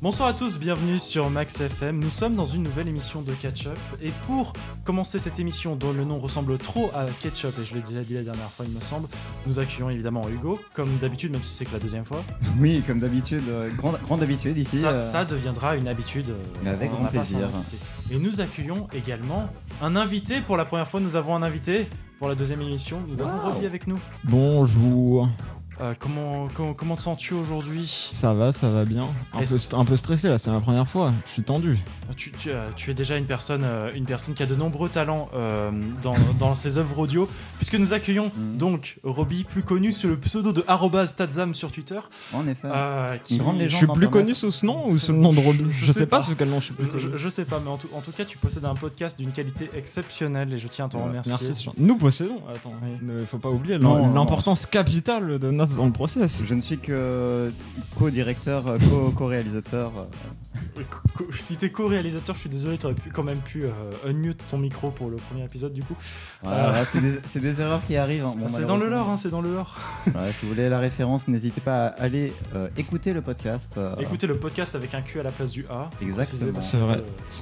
Bonsoir à tous, bienvenue sur Max FM. Nous sommes dans une nouvelle émission de Catch Up. Et pour commencer cette émission dont le nom ressemble trop à Ketchup, et je l'ai déjà dit la dernière fois il me semble, nous accueillons évidemment Hugo, comme d'habitude, même si c'est que la deuxième fois. Oui, comme d'habitude, grande habitude ici. Ça deviendra une habitude. Avec grand plaisir. Et nous accueillons également un invité. Pour la première fois, nous avons un invité. Pour la deuxième émission, nous avons Roby avec nous. Bonjour. Comment te sens-tu aujourd'hui ? Ça va bien. Un peu stressé là, c'est ma première fois. Je suis tendu. Tu es déjà une personne qui a de nombreux talents dans ses œuvres audio, puisque nous accueillons donc Roby, plus connu sous le pseudo de @Tadzam sur Twitter. En effet. Une grande légende. Je suis plus connu sous ce nom ou sous le nom de Roby ? Je sais pas sous quel nom je suis plus connu. Je sais pas, mais en tout cas, tu possèdes un podcast d'une qualité exceptionnelle et je tiens à t'en remercier. Merci. Nous possédons. Attends, il faut pas oublier l'importance capitale de notre dans le process. Je ne suis que co-directeur, co-réalisateur. Si t'es co-réalisateur, je suis désolé, t'aurais quand même pu unmute ton micro pour le premier épisode du coup. Voilà, c'est des erreurs qui arrivent. Hein. Bon, c'est dans le lore, c'est dans le lore. Voilà, si vous voulez la référence, n'hésitez pas à aller écouter le podcast. Écoutez le podcast avec un Q à la place du A. Exactement. C'est vrai.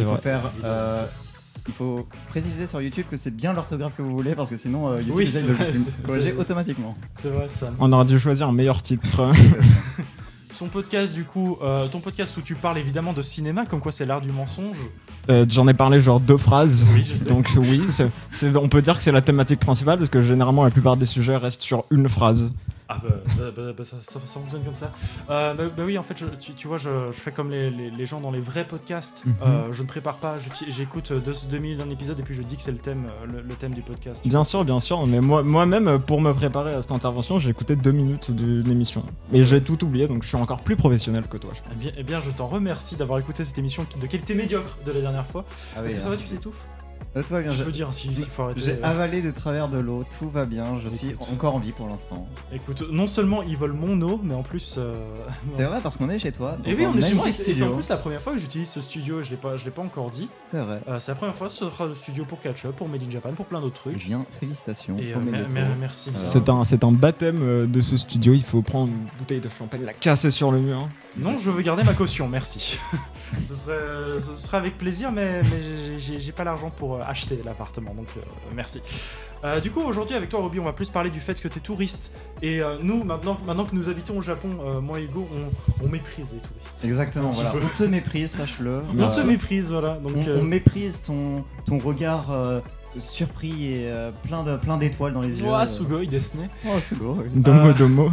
Il faut préciser sur YouTube que c'est bien l'orthographe que vous voulez parce que sinon YouTube oui, essaie de le corriger automatiquement. C'est vrai ça. On aurait dû choisir un meilleur titre. Son podcast du coup, ton podcast où tu parles évidemment de cinéma, comme quoi c'est l'art du mensonge. J'en ai parlé genre 2 phrases. Oui, je sais. Donc oui, on peut dire que c'est la thématique principale parce que généralement la plupart des sujets restent sur une phrase. Ah ça fonctionne comme ça. Oui, en fait, tu vois, je fais comme les gens dans les vrais podcasts. Je ne prépare pas, j'écoute 2 minutes d'un épisode et puis je dis que c'est le thème du podcast. Bien sûr, mais moi-même, pour me préparer à cette intervention, j'ai écouté 2 minutes d'une émission. Mais j'ai tout oublié, donc je suis encore plus professionnel que toi, je pense. Eh bien, je t'en remercie d'avoir écouté cette émission de qualité médiocre de la dernière fois. Est-ce que ça va, tu t'étouffes ? Tout va bien. Je peux dire s'il faut arrêter. J'ai avalé de travers de l'eau, tout va bien, je suis encore en vie pour l'instant. Écoute, non seulement ils volent mon eau, mais en plus... C'est vrai parce qu'on est chez toi. Et oui, on est chez moi, et c'est en plus la première fois que j'utilise ce studio, je l'ai pas encore dit. C'est vrai. C'est la première fois que ce sera le studio pour Catch Up, pour Made in Japan, pour plein d'autres trucs. Eh bien, félicitations. Et merci. C'est un baptême de ce studio, il faut prendre une bouteille de champagne, la casser sur le mur. Non, je veux garder ma caution, merci. ce serait avec plaisir, mais j'ai pas l'argent pour acheter l'appartement, donc merci. Du coup, aujourd'hui avec toi, Roby, on va plus parler du fait que t'es touriste. Et nous, maintenant que nous habitons au Japon, moi et Hugo, on méprise les touristes. Exactement, voilà. On te méprise, sache-le. On te méprise, voilà. Donc, on méprise ton regard surpris et plein d'étoiles dans les yeux. Oh, Sugoi Desne. Oh, Sugoi. Domo.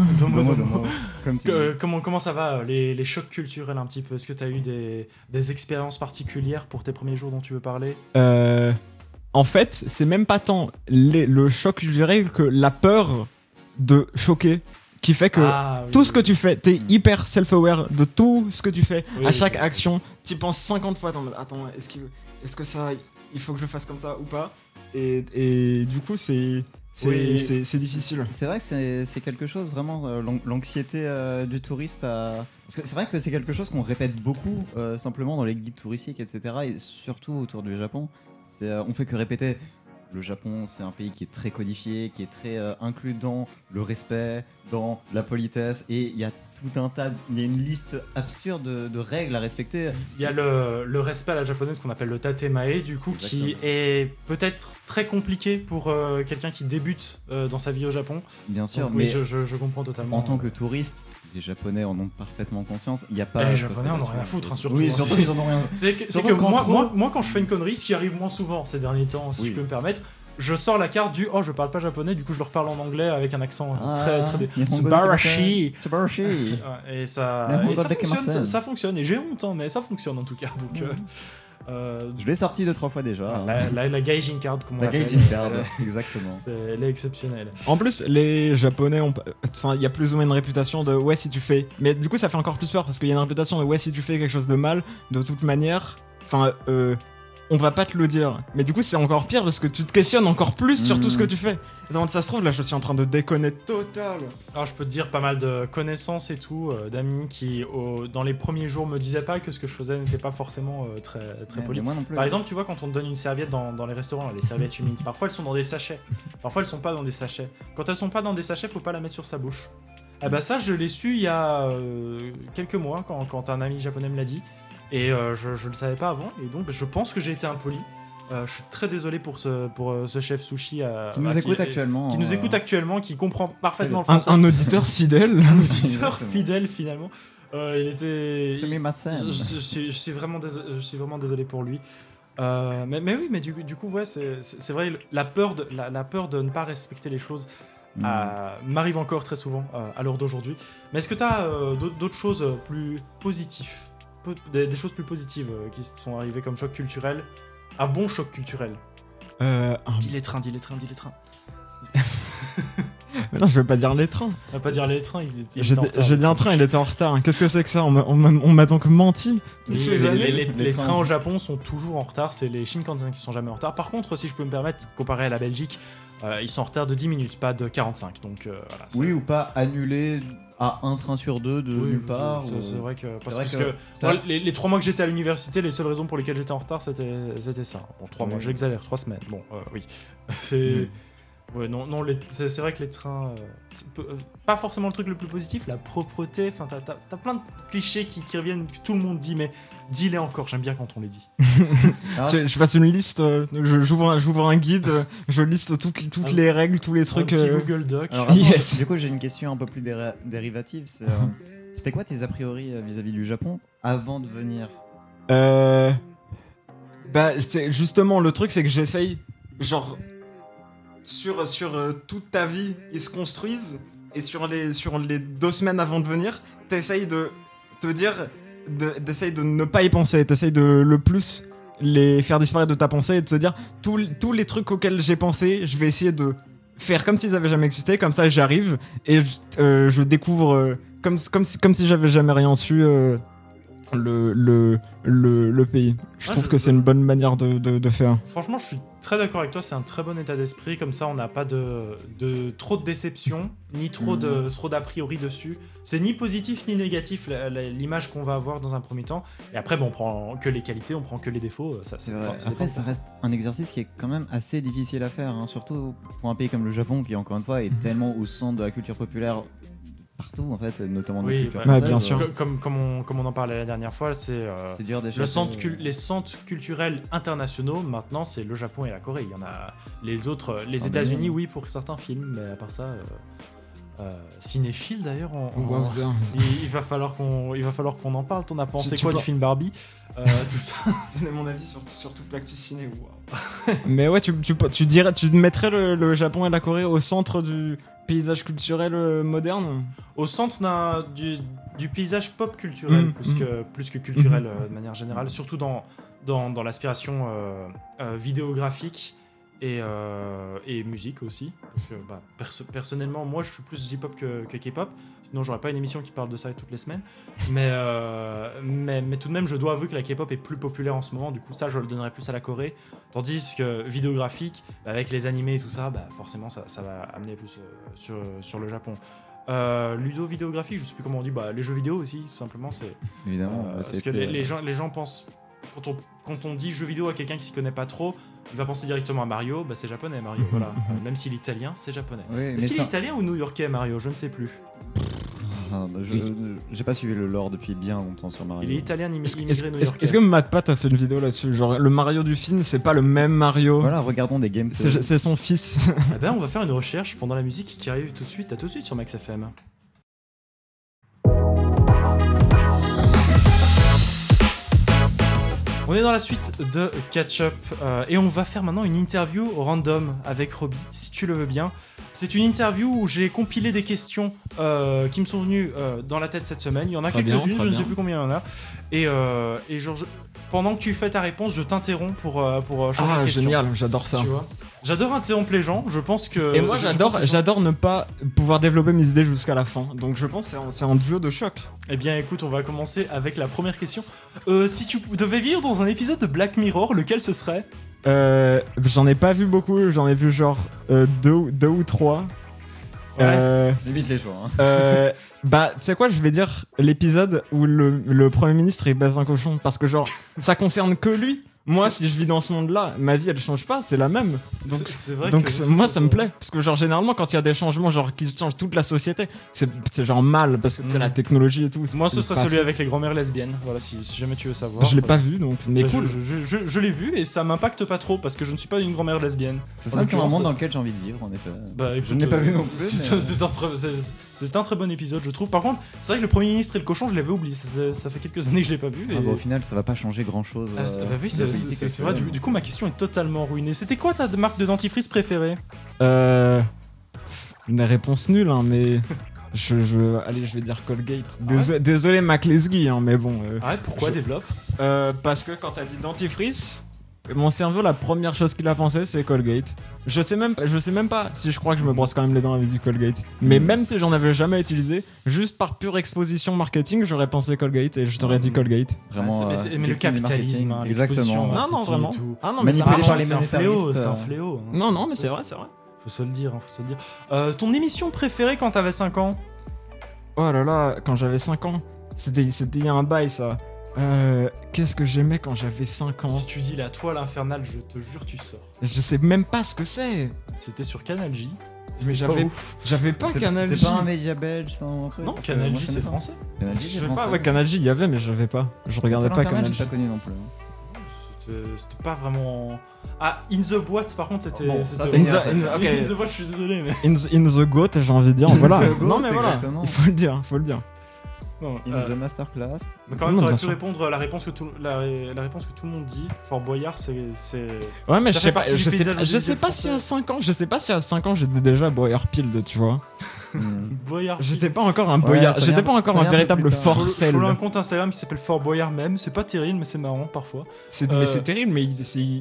Comment ça va, les chocs culturels un petit peu ? Est-ce que t'as eu des expériences particulières pour tes premiers jours dont tu veux parler ? En fait, c'est même pas tant le choc culturel que la peur de choquer qui fait que tout ce que tu fais, t'es hyper self-aware de tout ce que tu fais. À chaque action, t'y penses 50 fois. Attends, est-ce que ça, il faut que je fasse comme ça ou pas ? Et du coup, c'est difficile. C'est vrai que c'est quelque chose vraiment, l'anxiété du touriste. Parce que c'est vrai que c'est quelque chose qu'on répète beaucoup simplement dans les guides touristiques, etc. Et surtout autour du Japon. On fait que répéter. Le Japon, c'est un pays qui est très codifié, qui est très inclus dans le respect, dans la politesse, et il y a il y a une liste absurde de règles à respecter. Il y a le respect à la japonaise qu'on appelle le tatemae, du coup, exactement, qui est peut-être très compliqué pour quelqu'un qui débute dans sa vie au Japon. Bien sûr, donc, mais oui, je comprends totalement. En tant que touriste, les Japonais en ont parfaitement conscience. Il y a pas. Les Japonais en ont rien à foutre, surtout. Oui, surtout ils en ont rien. C'est que moi, quand je fais une connerie, ce qui arrive moins souvent ces derniers temps, si je peux me permettre. Je sors la carte du je parle pas japonais, du coup je leur parle en anglais avec un accent très Subarashi. Et ça fonctionne, et j'ai honte, mais ça fonctionne en tout cas. Donc, je l'ai sorti 2-3 fois déjà. La gaijin card, comme on l'appelle. La gaijin card, exactement. Elle est exceptionnelle. En plus, les Japonais il y a plus ou moins une réputation de si tu fais. Mais du coup, ça fait encore plus peur parce qu'il y a une réputation de si tu fais quelque chose de mal, de toute manière. On va pas te le dire. Mais du coup, c'est encore pire parce que tu te questionnes encore plus sur tout ce que tu fais. Et donc, ça se trouve, là, je suis en train de déconner total. Alors, je peux te dire pas mal de connaissances et tout, d'amis qui, dans les premiers jours, me disaient pas que ce que je faisais n'était pas forcément très poli. Moi non plus. Par exemple, tu vois, quand on te donne une serviette dans les restaurants, les serviettes humides, parfois elles sont dans des sachets. Parfois, elles sont pas dans des sachets. Quand elles sont pas dans des sachets, faut pas la mettre sur sa bouche. Ah bah ça, je l'ai su il y a quelques mois, quand un ami japonais me l'a dit. Et je le savais pas avant, et donc je pense que j'ai été impoli. Je suis très désolé pour ce chef sushi qui nous écoute actuellement. Qui nous écoute actuellement, qui comprend parfaitement le français. Un auditeur fidèle. Un auditeur fidèle, finalement. Il était... Je suis vraiment désolé pour lui. Mais oui, mais du coup, ouais, c'est vrai, la peur de ne pas respecter les choses m'arrive encore très souvent à l'heure d'aujourd'hui. Mais est-ce que tu as d'autres choses plus positives, des choses plus positives qui sont arrivées comme choc culturel? Un bon choc culturel. Dis les trains. Mais non, je vais pas dire les trains. On va pas dire les trains, j'ai dit un train, il était en retard. Qu'est-ce que c'est que ça? On m'a donc menti. Les trains au Japon sont toujours en retard, c'est les Shinkansen qui sont jamais en retard. Par contre, si je peux me permettre, comparé à la Belgique, ils sont en retard de 10 minutes, pas de 45. Donc, voilà, oui, ou pas annulé à un train sur deux de nulle part. C'est vrai que... les 3 mois que j'étais à l'université, les seules raisons pour lesquelles j'étais en retard, c'était ça. Bon, 3 mois, j'exagère, 3 semaines. Bon, oui. C'est... Ouais, non, c'est vrai que les trains, pas forcément le truc le plus positif, la propreté, enfin t'as plein de clichés qui reviennent, que tout le monde dit, mais dis-les encore, j'aime bien quand on les dit. Je fasse une liste, j'ouvre un guide, je liste toutes les règles, tous les trucs. Un petit Google Doc. Alors, yes. Du coup, j'ai une question un peu plus dérivative, c'était quoi tes a priori vis-à-vis du Japon avant de venir? Bah, c'est justement le truc, c'est que j'essaye, genre... Sur toute ta vie, ils se construisent, et sur les 2 semaines avant de venir, t'essayes de te dire, d'essayer de ne pas y penser, t'essayes de le plus les faire disparaître de ta pensée et de te dire, tous les trucs auxquels j'ai pensé, je vais essayer de faire comme s'ils avaient jamais existé, comme ça j'arrive, et je découvre, comme si j'avais jamais rien su, le pays. Je trouve que c'est une bonne manière de faire. Franchement, je suis très d'accord avec toi, c'est un très bon état d'esprit, comme ça on n'a pas de trop de déception, ni trop d'a priori dessus. C'est ni positif ni négatif l'image qu'on va avoir dans un premier temps, et après on prend que les qualités, on prend que les défauts. C'est vrai. Après ça reste un exercice qui est quand même assez difficile à faire, hein, surtout pour un pays comme le Japon qui encore une fois est tellement au centre de la culture populaire partout en fait, notamment dans la culture française. Bien sûr. Comme on en parlait la dernière fois, c'est dur déjà. Les centres culturels internationaux maintenant, c'est le Japon et la Corée. Il y en a les autres, les États-Unis, oui, pour certains films, mais à part ça, cinéphile d'ailleurs. Il va falloir qu'on en parle. T'en as pensé quoi du film Barbie, tout ça? Donner mon avis sur toute l'actu ciné. Wow. Mais ouais, tu mettrais le Japon et la Corée au centre du paysage culturel moderne? Au centre du paysage pop culturel, plus que culturel de manière générale, surtout dans l'aspiration vidéographique et musique aussi. Parce que, personnellement, moi je suis plus J-pop que K-pop, sinon j'aurais pas une émission qui parle de ça toutes les semaines. Mais tout de même, je dois avouer que la K-pop est plus populaire en ce moment, du coup ça je le donnerais plus à la Corée. Tandis que vidéographique, avec les animés et tout ça, forcément ça va amener plus sur le Japon. Ludo-vidéographique, je sais plus comment on dit, les jeux vidéo aussi, tout simplement. C'est, évidemment. parce que les gens pensent, quand on dit jeux vidéo à quelqu'un qui s'y connaît pas trop, il va penser directement à Mario, c'est japonais Mario, voilà. Même s'il est italien, c'est japonais. Oui, est-ce qu'il est italien ou new-yorkais Mario? Je ne sais plus. J'ai pas suivi le lore depuis bien longtemps sur Mario. Il est italien immigré new-yorkais. Est-ce que MatPat a fait une vidéo là-dessus? Genre le Mario du film, c'est pas le même Mario. Voilà, regardons des gameplays. C'est son fils. On va faire une recherche pendant la musique qui arrive tout de suite. À tout de suite sur Max FM. On est dans la suite de Catch Up et on va faire maintenant une interview random avec Roby, si tu le veux bien. C'est une interview où j'ai compilé des questions qui me sont venues dans la tête cette semaine. Il y en a quelques-unes, je ne sais plus combien il y en a. Et genre, pendant que tu fais ta réponse, je t'interromps pour changer de question. Génial, j'adore ça. Tu vois, j'adore interrompre les gens, je pense que... Et moi j'adore ne pas pouvoir développer mes idées jusqu'à la fin. Donc je pense que c'est un duo de choc. Eh bien écoute, on va commencer avec la première question. Si tu devais vivre dans un épisode de Black Mirror, lequel ce serait? J'en ai pas vu beaucoup, j'en ai vu genre 2 ou 3. Ouais. Évite les choix. Tu sais quoi, je vais dire l'épisode où le Premier ministre il baise un cochon, parce que genre ça concerne que lui. Moi, si je vis dans ce monde-là, ma vie elle change pas, c'est la même. Donc, c'est vrai donc que moi ça me plaît. Parce que genre généralement quand il y a des changements genre qui changent toute la société, c'est genre mal parce que tu la technologie et tout. Moi ce serait celui avec les grand-mères lesbiennes, voilà si jamais tu veux savoir. Je l'ai pas vu donc mais cool. Je l'ai vu et ça m'impacte pas trop parce que je ne suis pas une grand-mère lesbienne. C'est ça un monde dans lequel j'ai envie de vivre en effet. Bah, écoute, je ne l'ai pas vu non plus. C'est un très bon épisode je trouve. Par contre c'est vrai que le Premier ministre et le cochon je l'avais oublié, ça fait quelques années que je l'ai pas vu. Et... au final ça va pas changer grand chose. Bah oui c'est vrai, du coup ma question est totalement ruinée. C'était quoi ta marque de dentifrice préférée? Une réponse nulle hein, mais allez je vais dire Colgate. Désolé Mac Lesguy hein, mais bon. Ah ouais, pourquoi développe? Parce que quand t'as dit dentifrice, mon cerveau la première chose qu'il a pensé c'est Colgate. Je sais même pas si je crois que je me brosse quand même les dents avec du Colgate. Mais même si j'en avais jamais utilisé, juste par pure exposition marketing, j'aurais pensé Colgate et je t'aurais dit Colgate. Vraiment. Mais le capitalisme, hein, exactement. Non vraiment. Ah non mais c'est un fléau. Non mais c'est vrai. Faut se le dire. Ton émission préférée quand t'avais 5 ans? Oh là là, quand j'avais 5 ans, c'était il y a un bail ça. Qu'est-ce que j'aimais quand j'avais 5 ans? Si tu dis la toile infernale, je te jure tu sors. Je sais même pas ce que c'est. C'était sur Canal J. Mais j'avais pas Canal J. C'est pas un média belge sans un truc? Non, Canal J c'est français. Canal J je sais pas, ouais, Canal J il y avait mais j'avais pas. Je regardais pas Canal J. J'ai pas connu non plus. C'était pas vraiment... Ah, In The Boîte par contre c'était... Bon, In The Boîte je suis désolé mais... In the Goat j'ai envie de dire, voilà. Non mais voilà, il faut le dire. Non, in the masterclass. Mais quand même, t'aurais pu répondre la réponse que tout le monde dit. Fort Boyard, c'est. Ouais, mais je sais pas si à 5 ans. Je sais pas si à 5 ans j'étais déjà Boyard Pilled, tu vois. Boyard. J'étais pas encore un Boyard. J'étais pas encore un véritable Forcel. Follow un compte Instagram qui s'appelle Fort Boyard même. C'est pas terrible, mais c'est marrant parfois. Mais c'est terrible, mais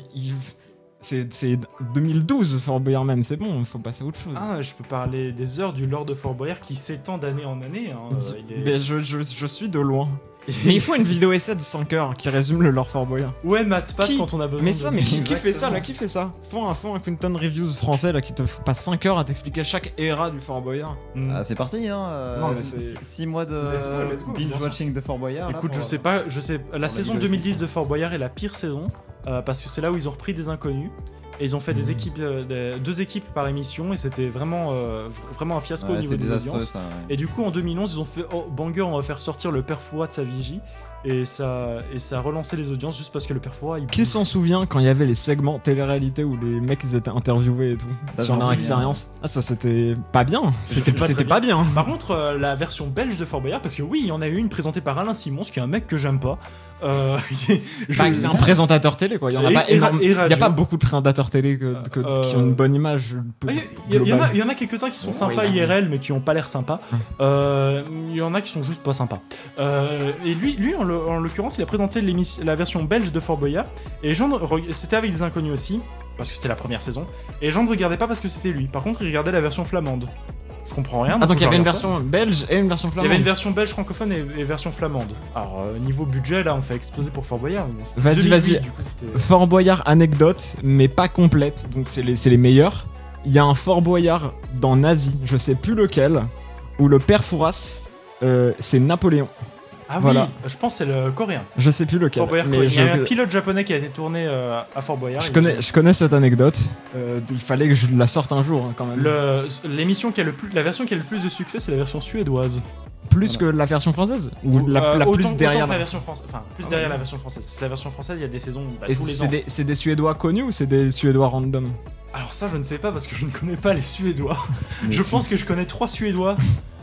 c'est 2012 Fort Boyard même, c'est bon, il faut passer à autre chose. Ah, je peux parler des heures du Lord de Fort Boyard qui s'étend d'année en année. Hein. Mais je suis de loin. Mais il faut une vidéo essai de 5 heures qui résume le lore Fort Boyard. Ouais, MatPat quand on a besoin. Mais ça, mais qui fait ça là? Qui fait ça? Faut un Quinton Reviews français là qui te passe 5 heures à t'expliquer chaque era du Fort Boyard. Ah, c'est parti hein. Non, mais 6 mois de binge-watching de Fort Boyard. Écoute, je sais. La saison 2010 de Fort Boyard est la pire saison parce que c'est là où ils ont repris des inconnus. Et ils ont fait des équipes, 2 équipes par émission et c'était vraiment un fiasco au niveau des audiences. Ça, ouais. Et du coup en 2011 ils ont fait banger, on va faire sortir le père Fouras de sa vigie et ça a relancé les audiences juste parce que le père Fouras Qui s'en souvient quand il y avait les segments télé-réalité où les mecs ils étaient interviewés et tout sur leur expérience. Ah ça c'était pas bien. C'était pas bien. Par contre la version belge de Fort Boyard, parce que oui il y en a eu une présentée par Alain Simons qui est un mec que j'aime pas. C'est un présentateur télé quoi. Il y a pas beaucoup de présentateurs télé qui ont une bonne image. Il y en a quelques-uns qui sont sympas IRL mais qui ont pas l'air sympas. Il y en a qui sont juste pas sympas. Et lui en l'occurrence il a présenté la version belge de Fort Boyard et les gens c'était avec des inconnus aussi parce que c'était la première saison et les gens ne regardaient pas parce que c'était lui. Par contre ils regardaient la version flamande. Je comprends rien. Ah donc il y avait une version belge et une version flamande. Il y avait une version belge francophone et version flamande. Alors niveau budget là on fait exploser pour Fort Boyard. Bon, vas-y. Fort Boyard anecdote mais pas complète donc c'est les meilleurs. Il y a un Fort Boyard dans Nazi, je sais plus lequel, où le père Fouras c'est Napoléon. Ah voilà. Oui, je pense que c'est le coréen. Je sais plus lequel. Mais il y a un pilote japonais qui a été tourné à Fort Boyard. Je connais cette anecdote. Il fallait que je la sorte un jour hein, quand même. La version qui a le plus de succès, c'est la version suédoise. Plus que la version française ou la plus derrière la version française. Enfin, plus derrière la version française. Parce que la version française, il y a des saisons tous les ans. C'est des Suédois connus ou c'est des Suédois random? Alors ça, je ne sais pas parce que je ne connais pas les Suédois. Je pense que je connais 3 Suédois.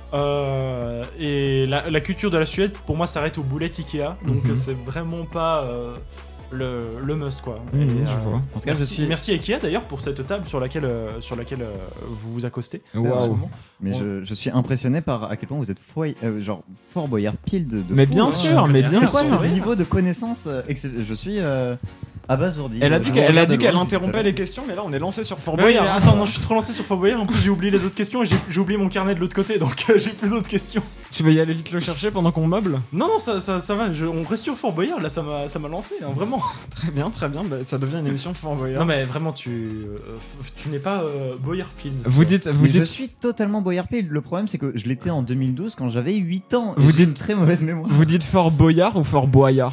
Et la culture de la Suède pour moi s'arrête au boulet Ikea donc c'est vraiment pas le must quoi. Je vois. Merci Ikea d'ailleurs pour cette table sur laquelle vous vous accostez. Wow. Mais je suis impressionné par à quel point vous êtes genre Fort Boyard pile de mais fou, bien sûr, mais bien sûr. C'est quoi ce niveau de connaissance je suis abasourdi. Elle a dit qu'elle interrompait les questions, mais là on est lancé sur Fort Boyard. Oui, attends, non, je suis trop lancé sur Fort Boyard. En plus, j'ai oublié les autres questions et j'ai oublié mon carnet de l'autre côté, donc j'ai plus d'autres questions. Tu vas y aller vite le chercher pendant qu'on meuble? Non, ça va. On reste sur Fort Boyard. Là, ça m'a lancé, hein, vraiment. Très bien. Bah, ça devient une émission Fort Boyard. Non, mais vraiment, tu n'es pas Boyard Pills. Vous dites. Je suis totalement Boyard Pills. Le problème, c'est que je l'étais en 2012 quand j'avais 8 ans. Vous dites une très mauvaise mémoire. Vous dites Fort Boyard ou Fort Boyard?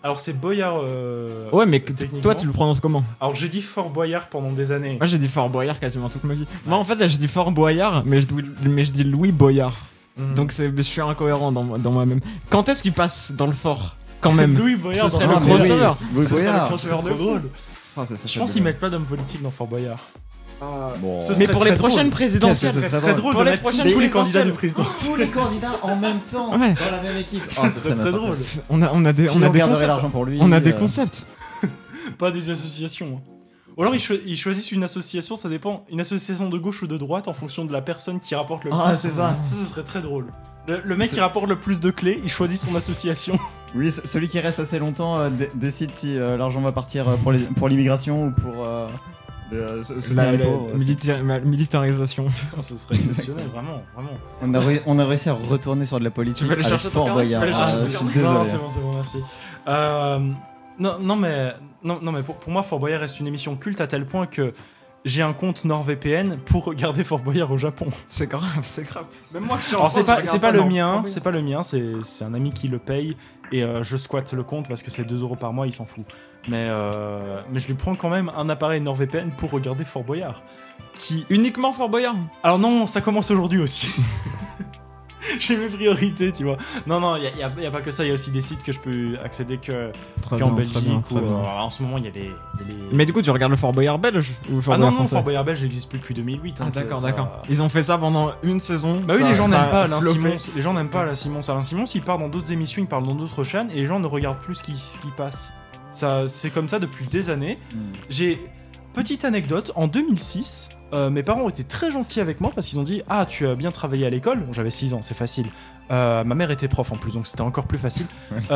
Alors c'est Boyard. Ouais, mais techniquement. toi, tu le prononces comment? Alors j'ai dit Fort Boyard pendant des années. Moi, j'ai dit Fort Boyard quasiment toute ma vie. Moi, en fait, j'ai dit Fort Boyard, mais je dis Louis Boyard. Donc je suis incohérent dans moi-même. Quand est-ce qu'il passe dans le fort? Quand même. Louis Boyard, ce serait le crossover. Louis Boyard. C'est trop drôle. Je pense qu'ils mettent pas d'homme politique dans Fort Boyard. Bon. Ce Mais serait pour les très prochaines présidentielles, Ce serait très drôle Pour de les mettre prochaines tous les candidats du présidentielles. président. Tous les candidats en même temps Ouais. dans la même équipe. Ce serait très drôle. On a des garderait concepts. l'argent pour lui. On a des concepts. Pas des associations. Ou alors ils choisissent une association, ça dépend. Une association de gauche ou de droite en fonction de la personne qui rapporte le plus. Ah, c'est ça. Ça, ce serait très drôle. Le mec qui rapporte le plus de clés, il choisit son association. Oui, celui qui reste assez longtemps décide si l'argent va partir pour l'immigration ou pour soutenir les pauvres. Militarisation. Ce serait exceptionnel, vraiment, vraiment. On a réussi à retourner sur de la politique. Tu vas aller avec chercher ton Fort carnet, tu vas Boyard. aller chercher Je ton suis Non, désolé. c'est bon, merci. Non, mais pour moi, Fort Boyard reste une émission culte à tel point que j'ai un compte NordVPN pour regarder Fort Boyard au Japon. C'est grave, c'est grave. Même moi, je suis en Alors France, c'est pas le mien, c'est un ami qui le paye et je squatte le compte parce que c'est 2€ par mois, il s'en fout. Mais je lui prends quand même un appareil NordVPN pour regarder Fort Boyard. Uniquement Fort Boyard. Alors non, ça commence aujourd'hui aussi. J'ai mes priorités, tu vois. Non, il y a pas que ça, il y a aussi des sites que je peux accéder qu'en Belgique ou en ce moment il y a les... Mais du coup, tu regardes le Fort Boyard belge ou le Fort Ah Boyard non, français? Fort Boyard belge n'existe plus depuis 2008. Ah d'accord. Ils ont fait ça pendant une saison. Bah oui, ça- les gens ça n'aiment pas a Alain floppé. Simons. Les gens n'aiment pas Alain Simons. Alain Simons, il part dans d'autres émissions, il parle dans d'autres chaînes et les gens ne regardent plus ce qui passe. Ça, c'est comme ça depuis des années. J'ai petite anecdote, en 2006, mes parents ont été très gentils avec moi parce qu'ils ont dit « Ah, tu as bien travaillé à l'école ?» Bon, j'avais 6 ans, c'est facile. Ma mère était prof en plus, donc c'était encore plus facile.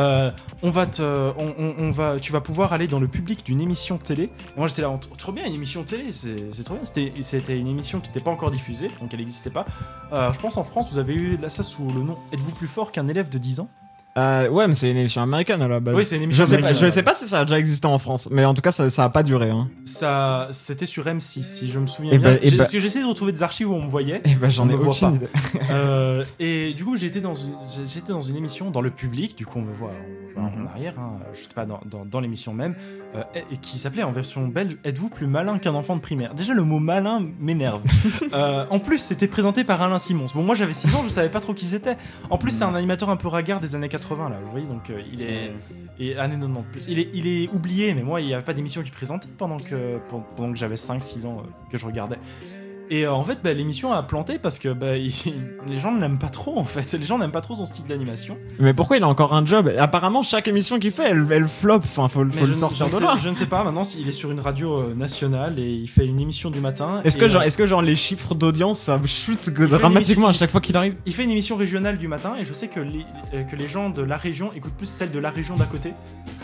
Tu vas pouvoir aller dans le public d'une émission télé. Et moi j'étais là, trop bien, une émission télé, c'est trop bien. C'était une émission qui n'était pas encore diffusée, donc elle n'existait pas. Je pense en France, vous avez eu ça sous le nom « Êtes-vous plus fort qu'un élève de 10 ans ?» Ouais, mais c'est une émission américaine à la base. Oui, c'est une émission américaine. Je sais pas si ça a déjà existé en France, mais en tout cas, ça a pas duré. Hein. Ça, c'était sur M6, si je me souviens bien. Parce que j'essaie de retrouver des archives où on me voyait. Et bah, j'en ai me voit aucune pas. idée. Et du coup, j'étais dans une émission dans le public. Du coup, on me voit en arrière. Hein, je sais pas dans l'émission même, et qui s'appelait en version belge. Êtes-vous plus malin qu'un enfant de primaire? Déjà, le mot malin m'énerve. En plus, c'était présenté par Alain Simons. Bon, moi, j'avais 6 ans, je savais pas trop qui c'était. En plus, c'est un animateur un peu ravagard des années 80 là. Vous voyez, donc il est et années 90 plus. Il est oublié, mais moi, il y avait pas d'émission qui présentait pendant que j'avais 5-6 ans que je regardais. Et en fait, l'émission a planté parce que les gens ne l'aiment pas trop en fait. Les gens n'aiment pas trop son style d'animation. Mais pourquoi il a encore un job? Apparemment, chaque émission qu'il fait, elle flop. Enfin, faut le sortir de là. Je ne sais pas. Maintenant, il est sur une radio nationale et il fait une émission du matin. Est-ce que genre les chiffres d'audience ça chute dramatiquement à chaque fois qu'il arrive? Il fait une émission régionale du matin et je sais que les gens de la région écoutent plus celle de la région d'à côté.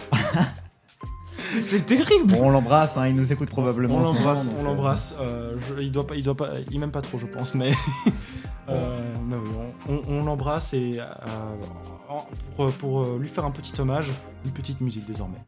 C'est terrible. Bon, on l'embrasse, hein, il nous écoute probablement. On l'embrasse. Il m'aime pas trop, je pense, mais oui, on l'embrasse et pour lui faire un petit hommage, une petite musique désormais.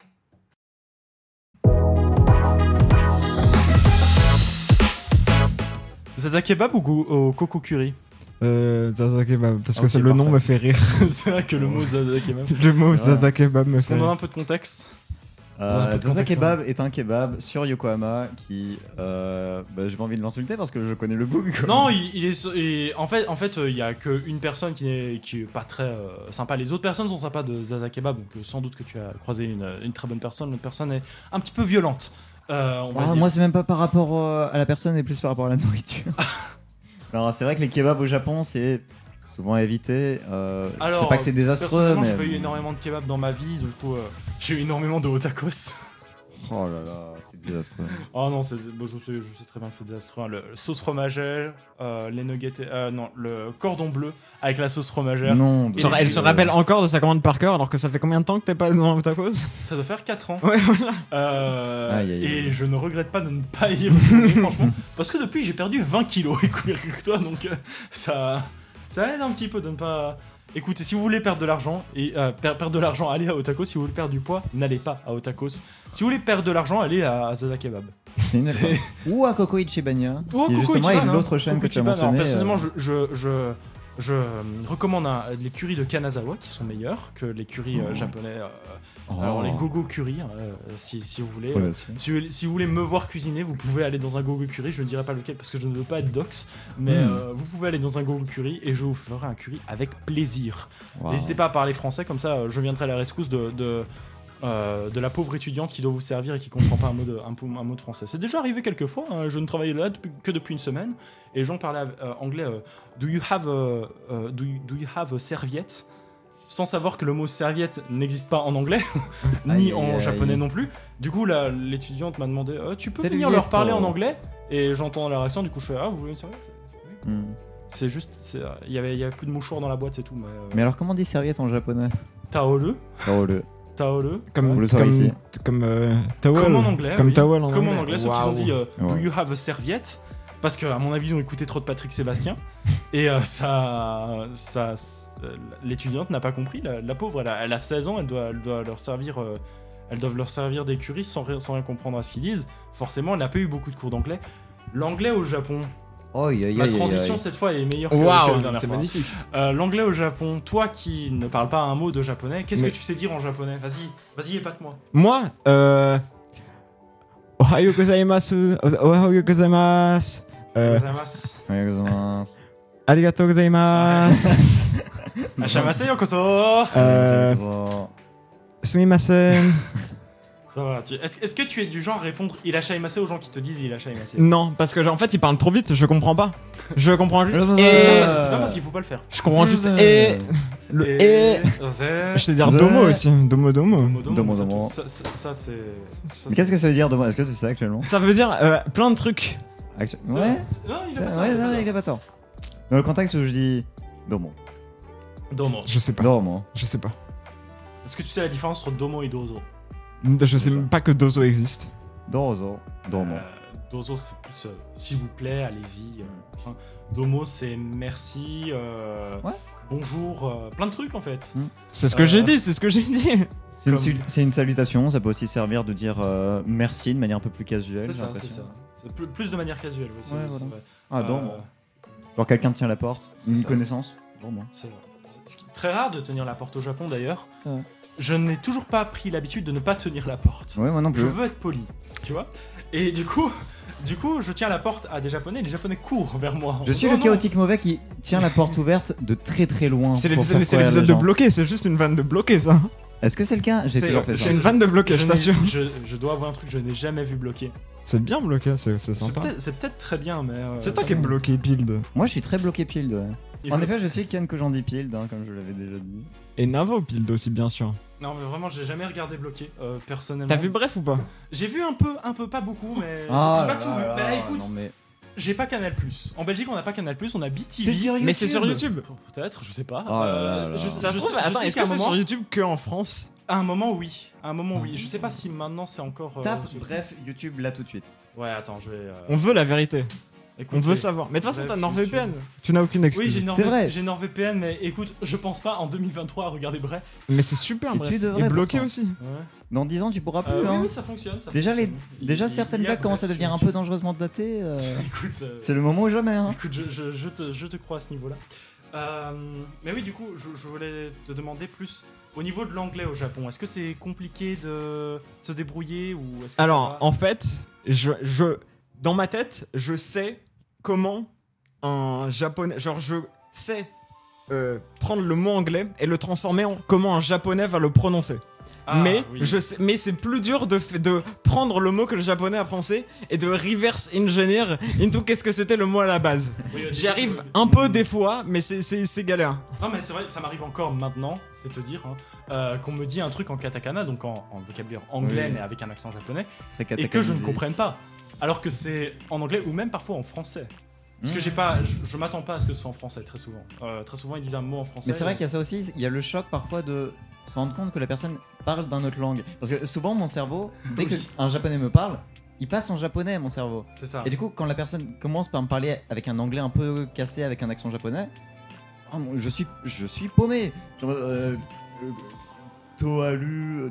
Zaza Kebab ou Coco Curry? Zaza Kebab, parce que Ok, le nom parfait. me fait rire. C'est vrai que le mot Zaza Kebab. Le mot Zaza Kebab me Est-ce fait qu'on donne rire. un peu de contexte? Zaza Kebab est un kebab sur Yokohama qui, j'ai pas envie de l'insulter parce que je connais le book. Non, en fait, il y a qu'une personne qui est pas très sympa. Les autres personnes sont sympas de Zaza Kebab, donc sans doute que tu as croisé une très bonne personne. L'autre personne est un petit peu violente. Moi, c'est même pas par rapport à la personne, mais plus par rapport à la nourriture. Alors, c'est vrai que les kebabs au Japon, c'est souvent à éviter. Alors, c'est pas que c'est désastreux, personnellement, mais j'ai pas eu énormément de kebabs dans ma vie, du coup, j'ai eu énormément de otakos. oh là là, c'est désastreux. Oh non, je sais très bien que c'est désastreux. Hein. Le sauce fromagère, les nuggets, le cordon bleu avec la sauce fromagère. Non, Elle se rappelle encore de sa commande par cœur alors que ça fait combien de temps que t'es pas allé dans un tacos? Ça doit faire 4 ans. Ouais, voilà. Aïe, aïe, aïe. Et je ne regrette pas de ne pas y retourner, franchement. Parce que depuis, j'ai perdu 20 kilos, écoute-toi, donc ça aide un petit peu de ne pas... Écoutez, si vous voulez perdre de l'argent, perdre de l'argent, allez à Otakos. Si vous voulez perdre du poids, n'allez pas à Otakos. Si vous voulez perdre de l'argent, allez à Zaza Kebab. Ou à Coco Ichibania, Ou à qui Coco justement Ichiban, est l'autre chaîne Coco que tu as Ichiban. Alors, mentionné. personnellement, je recommande les currys de Kanazawa qui sont meilleurs que les currys japonais. Alors les gogo curry, si vous voulez. Si vous voulez me voir cuisiner, vous pouvez aller dans un gogo curry. Je ne dirai pas lequel parce que je ne veux pas être dox, mais vous pouvez aller dans un gogo curry et je vous ferai un curry avec plaisir. N'hésitez pas à parler français, comme ça je viendrai à la rescousse de la pauvre étudiante qui doit vous servir et qui comprend pas un mot de français. C'est déjà arrivé quelques fois, hein. Je ne travaillais là que depuis une semaine et les gens parlaient anglais. Do you have a serviette? Sans savoir que le mot serviette n'existe pas en anglais, ni en japonais non plus. Du coup, l'étudiante m'a demandé tu peux venir leur parler en anglais? Et j'entends leur accent, du coup je fais vous voulez une serviette? Oui. C'est juste, il y avait plus de mouchoirs dans la boîte, c'est tout. Mais alors comment on dit serviette en japonais? Taole. Comme towel. Comme en anglais. Comme towel en anglais. Comme en anglais, wow. Ceux qui ont dit do you have a serviette? Parce qu'à mon avis, ils ont écouté trop de Patrick Sébastien. Et l'étudiante n'a pas compris. La pauvre, elle a 16 ans, elle doit leur servir. Elles doivent leur servir des currys sans rien comprendre à ce qu'ils disent. Forcément, elle n'a pas eu beaucoup de cours d'anglais. L'anglais au Japon. Ma transition cette fois est meilleure que la dernière fois. C'est magnifique. L'anglais au Japon, toi qui ne parles pas un mot de japonais, qu'est-ce que tu sais dire en japonais? Vas-y, épate-moi. Moi, Ohayo gozaimasu. Ohayo gozaimasu. Arigatou gozaimasu. Ashamase yokoso. Sumimasen. Ça va. Est-ce que tu es du genre à répondre irashaimase aux gens qui te disent irashaimase? Non, parce que en fait ils parlent trop vite, je comprends pas. Je comprends juste C'est pas parce qu'il faut pas le faire. Je comprends juste je sais dire domo aussi. Domo. Ça c'est. Mais qu'est-ce que ça veut dire domo? Est-ce que tu sais actuellement? Ça veut dire plein de trucs. Ouais. Non, il a pas tort. Il a pas tort. Dans le contexte où je dis domo. Je sais pas. Domo. Je sais pas. Est-ce que tu sais la différence entre domo et dozo? Je sais même pas que dozo existe. Domo. Dozo c'est plus s'il vous plaît, allez-y. Domo c'est merci, bonjour, plein de trucs en fait. C'est ce que j'ai dit, C'est une salutation, ça peut aussi servir de dire merci de manière un peu plus casuelle. C'est ça. C'est plus de manière casuelle. C'est vrai. Domo. Genre quelqu'un tient la porte, une connaissance. Domo. C'est vrai. Ce qui est très rare de tenir la porte au Japon d'ailleurs. Je n'ai toujours pas pris l'habitude de ne pas tenir la porte. Ouais, moi non plus. Je veux être poli, tu vois. Et du coup, je tiens la porte à des Japonais. Les Japonais courent vers moi. Je suis le chaotique mauvais qui tient la porte ouverte de très très loin. C'est l'épisode de bloqué. C'est juste une vanne de bloqué, ça. Est-ce que c'est le cas? J'ai toujours fait ça. C'est une vanne de bloqué, je t'assure. Je dois avouer un truc, je n'ai jamais vu bloqué. C'est bien bloqué, c'est sympa. C'est peut-être très bien, mais. C'est toi qui es bloqué, Pild. Moi, je suis très bloqué Pild, ouais. En effet, je suis Ken Kojandi Pild, comme je l'avais déjà dit. Et Navo Pild aussi, bien sûr. Non, mais vraiment, j'ai jamais regardé bloqué, personnellement. T'as vu Bref ou pas? J'ai vu un peu, pas beaucoup, mais j'ai pas tout vu. Bah écoute, j'ai pas Canal+. En Belgique, on n'a pas Canal+, on a BTV. Mais c'est sur YouTube. Peut-être, je sais pas. Ça se trouve, attends, est-ce que c'est sur YouTube que en France? À un moment, oui. Je sais pas si maintenant c'est encore. Tape Bref YouTube là tout de suite. Ouais, attends, je vais. On veut la vérité. Écoutez, on veut savoir. Mais de toute façon, t'as NordVPN. Tu n'as aucune excuse. Oui, c'est vrai. J'ai NordVPN, mais écoute, je pense pas en 2023 à regarder Bref. Mais c'est super, Bref. Et bloqué aussi. Ouais. Dans 10 ans, tu pourras plus. Oui, ça fonctionne. Déjà certaines blagues commencent à devenir un peu dangereusement datées. Écoute, c'est le moment ou jamais. Écoute, je te crois à ce niveau-là. Mais oui, du coup, je voulais te demander plus. Au niveau de l'anglais au Japon, est-ce que c'est compliqué de se débrouiller ou est-ce que Alors, en fait, dans ma tête, je sais comment un japonais... Genre, je sais prendre le mot anglais et le transformer en comment un japonais va le prononcer. Mais c'est plus dur de prendre le mot que le japonais a prononcé et de reverse engineer into qu'est-ce que c'était le mot à la base. J'y arrive un peu des fois, mais c'est galère. Non, mais c'est vrai, ça m'arrive encore maintenant, c'est te dire, qu'on me dit un truc en katakana, donc en vocabulaire anglais mais avec un accent japonais, et que je ne comprenne pas. Alors que c'est en anglais ou même parfois en français. Parce que je m'attends pas à ce que ce soit en français très souvent. Très souvent ils disent un mot en français. Mais c'est vrai qu'il y a ça aussi, il y a le choc parfois de se rendre compte que la personne parle d'une autre langue. Parce que souvent mon cerveau, dès qu'un japonais me parle, il passe en japonais mon cerveau. C'est ça. Et du coup quand la personne commence par me parler avec un anglais un peu cassé, avec un accent japonais, je suis paumé. Toalu.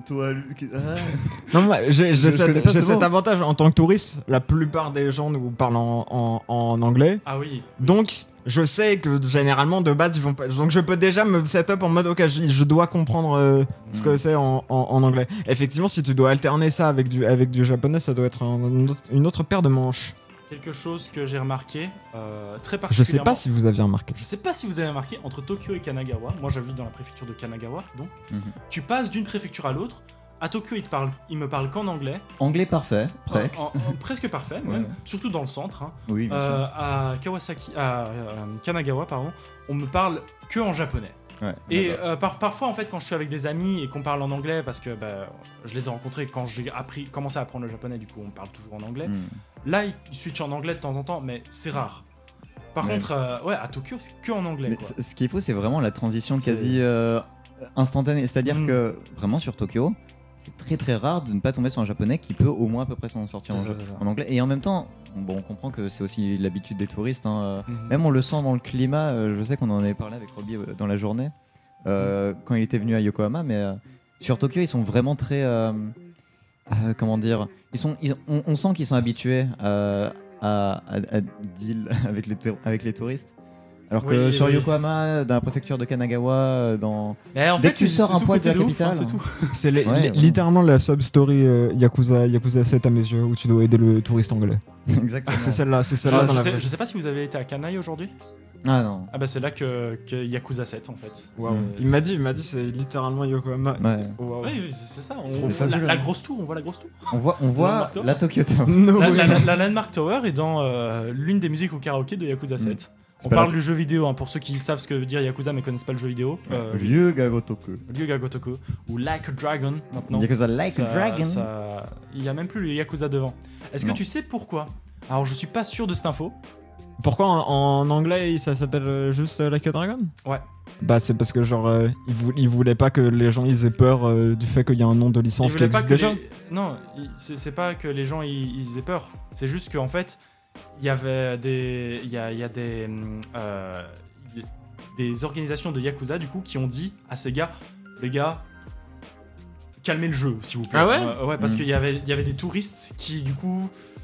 Non, moi, j'ai connais pas ce cet mot. avantage en tant que touriste. La plupart des gens nous parlent en anglais. Ah oui. Donc, je sais que généralement, de base, ils vont pas. Donc, je peux déjà me set up en mode, ok, je dois comprendre ce que c'est en anglais. Effectivement, si tu dois alterner ça avec du japonais, ça doit être une autre paire de manches. Quelque chose que j'ai remarqué très Je particulièrement. sais pas si vous aviez remarqué. Je sais pas si vous avez remarqué, entre Tokyo et Kanagawa, moi j'habite dans la préfecture de Kanagawa, donc Mhm. tu passes d'une préfecture à l'autre. À Tokyo, il me parle qu'en anglais. Anglais parfait, presque. Presque parfait, même. Ouais. Surtout dans le centre. Hein. Oui, bien sûr. À Kanagawa, pardon, on me parle que en japonais. Ouais, Et d'accord. parfois, en fait, quand je suis avec des amis et qu'on parle en anglais, parce que je les ai rencontrés quand j'ai commencé à apprendre le japonais, du coup, on parle toujours en anglais. Là, ils switchent en anglais de temps en temps, mais c'est rare. Par Ouais. contre, à Tokyo, c'est que en anglais. Mais Quoi. ce qu'il faut, c'est vraiment la transition C'est- quasi instantanée. C'est-à-dire Mm. que vraiment sur Tokyo, c'est très très rare de ne pas tomber sur un japonais qui peut au moins à peu près s'en sortir C'est ça, c'est ça. en anglais. Et en même temps, bon, on comprend que c'est aussi l'habitude des touristes. Hein. Mhm. Même on le sent dans le climat. Je sais qu'on en avait parlé avec Robbie dans la journée quand il était venu à Yokohama. Mais sur Tokyo, ils sont vraiment très. Comment dire on sent qu'ils sont habitués à deal avec les touristes. Alors que Oui, sur oui. Yokohama, dans la préfecture de Kanagawa, Mais en dès fait, que tu sors un c'est poil de la sous-côté ouf, capitale, c'est tout. C'est Ouais, littéralement la sub-story Yakuza 7 à mes yeux, où tu dois aider le touriste anglais. exactement. C'est celle-là Je, dans je la sais, vraie. je sais pas si vous avez été à Kanai aujourd'hui. Ah non. Ah bah c'est là que Yakuza 7 en fait. Waouh. C'est- Il m'a dit c'est littéralement Yokohama. Ouais. Waouh. Oui, oui, c'est ça. C'est La, fabuleux. la grosse tour, on voit la grosse tour. On voit Landmark Tower. la Tokyo Tower. No way. La Landmark Tower est dans l'une des musiques au karaoké de Yakuza 7. On pas parle la- du jeu vidéo, hein, pour ceux qui savent ce que veut dire Yakuza mais connaissent pas le jeu vidéo. Ryuga Gotoku. Ryuga Gotoku ou Like a Dragon maintenant. Yakuza Like a Ça- Dragon. Il y a même plus le Yakuza devant. Est-ce que Non. tu sais pourquoi? Alors je suis pas sûr de cette info. Pourquoi en anglais ça s'appelle juste Like a Dragon? Ouais. Bah c'est parce que genre ils voulaient pas que les gens ils aient peur du fait qu'il y a un nom de Ils licence qui voulaient pas existe que déjà. Non, c'est pas que les gens ils aient peur. C'est juste qu'en fait, il y avait des. Il y a des organisations de Yakuza du coup qui ont dit à ces gars, les gars, calmez le jeu s'il vous plaît. Ah ouais Ouais, parce Mm. qu'il y avait des touristes qui du coup.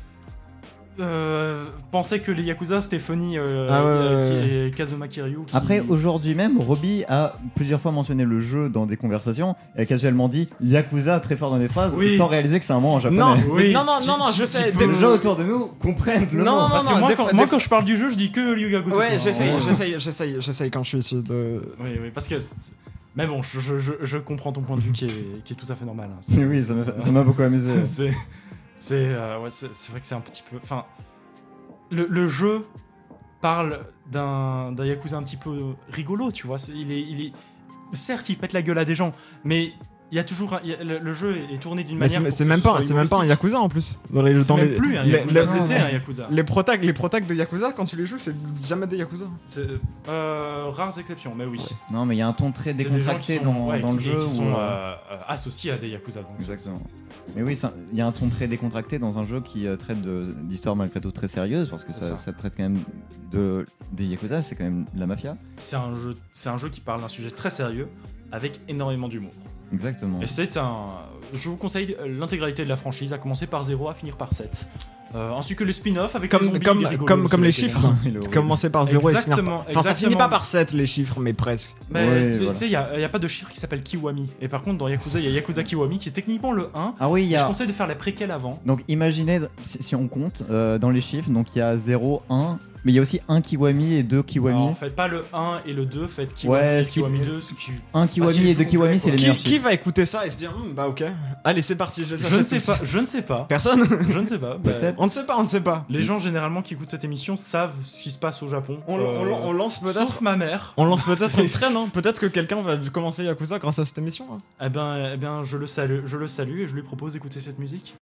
Pensaient que les Yakuza c'était Funny et Kazuma Kiryu. qui- Après, aujourd'hui même, Robbie a plusieurs fois mentionné le jeu dans des conversations et a casuellement dit Yakuza très fort dans des phrases Oui. sans réaliser que c'est un mot en japonais. Non, Oui, non, ce qui- non, je qui sais. peut- Les gens autour de nous comprennent le Non, mot. non, Parce que moi, des quand, fois- moi, des quand je parle du jeu, je dis que Ryuga Gotoku. Ouais, hein. j'essaye quand je suis ici de. Oui, parce que. Mais bon, je comprends ton point de vue qui est tout à fait normal. hein. C'est- Mais oui, ça m'a beaucoup amusé. ouais, c'est vrai que c'est un petit peu. Enfin, le jeu parle d'un Yakuza un petit peu rigolo, tu vois. Il est. Certes, il pète la gueule à des gens, mais il y a toujours. Le jeu est tourné d'une Mais manière. pour c'est que même ce pas soit un humoristique. Yakuza en plus. Dans les C'est dans même les plus un les- Yakuza, les- c'était un Yakuza. les protags de Yakuza quand tu les joues c'est jamais des Yakuza. C'est rares exceptions, mais oui. Non, mais il y a un ton très C'est des gens qui décontracté sont- dans, ouais, dans le qui- jeu. et qui sont où, associés à des Yakuza. Donc Exactement. Mais oui, il y a un ton très décontracté dans un jeu qui traite d'histoire malgré tout très sérieuse parce que C'est ça. ça traite quand même des Yakuza, c'est quand même de la mafia. c'est un jeu qui parle d'un sujet très sérieux avec énormément d'humour. Exactement. Et je vous conseille l'intégralité de la franchise, à commencer par 0, à finir par 7. Ainsi que le spin-off avec les zombies, il est rigolo, comme les celui-là, chiffres. Il est horrible. Commencer par 0 et finir Exactement, par... Enfin ça finit exactement. pas par 7 les chiffres mais presque. Mais Ouais, tu sais, voilà. il n'y a pas de chiffre qui s'appelle Kiwami. Et par contre, dans Yakuza, il y a Yakuza Kiwami qui est techniquement le 1. Ah oui, il y Et je a. conseille de faire la préquelle avant. Donc imaginez, si on compte dans les chiffres, donc il y a 0, 1, mais il y a aussi un Kiwami et 2 Kiwami. Alors, faites pas le 1 et le 2, faites Kiwami Ouais, et ce qui- Kiwami 2. Ce qui... Un Kiwami et 2 Kiwami, c'est les meilleurs Qui chiffres. va écouter ça et se dire bah ok. Allez c'est parti je Je ne sais pas, je ne sais pas. Personne. Je ne sais pas. bah, Peut-être. On ne sait pas. les gens généralement qui écoutent cette émission savent ce qui se passe au Japon. On lance peut-être. Sauf ma mère. On lance peut-être C'est- une traîne, hein. Peut-être que quelqu'un va commencer Yakuza grâce à cette émission. Hein. Eh bien, je le salue et je lui propose d'écouter cette musique.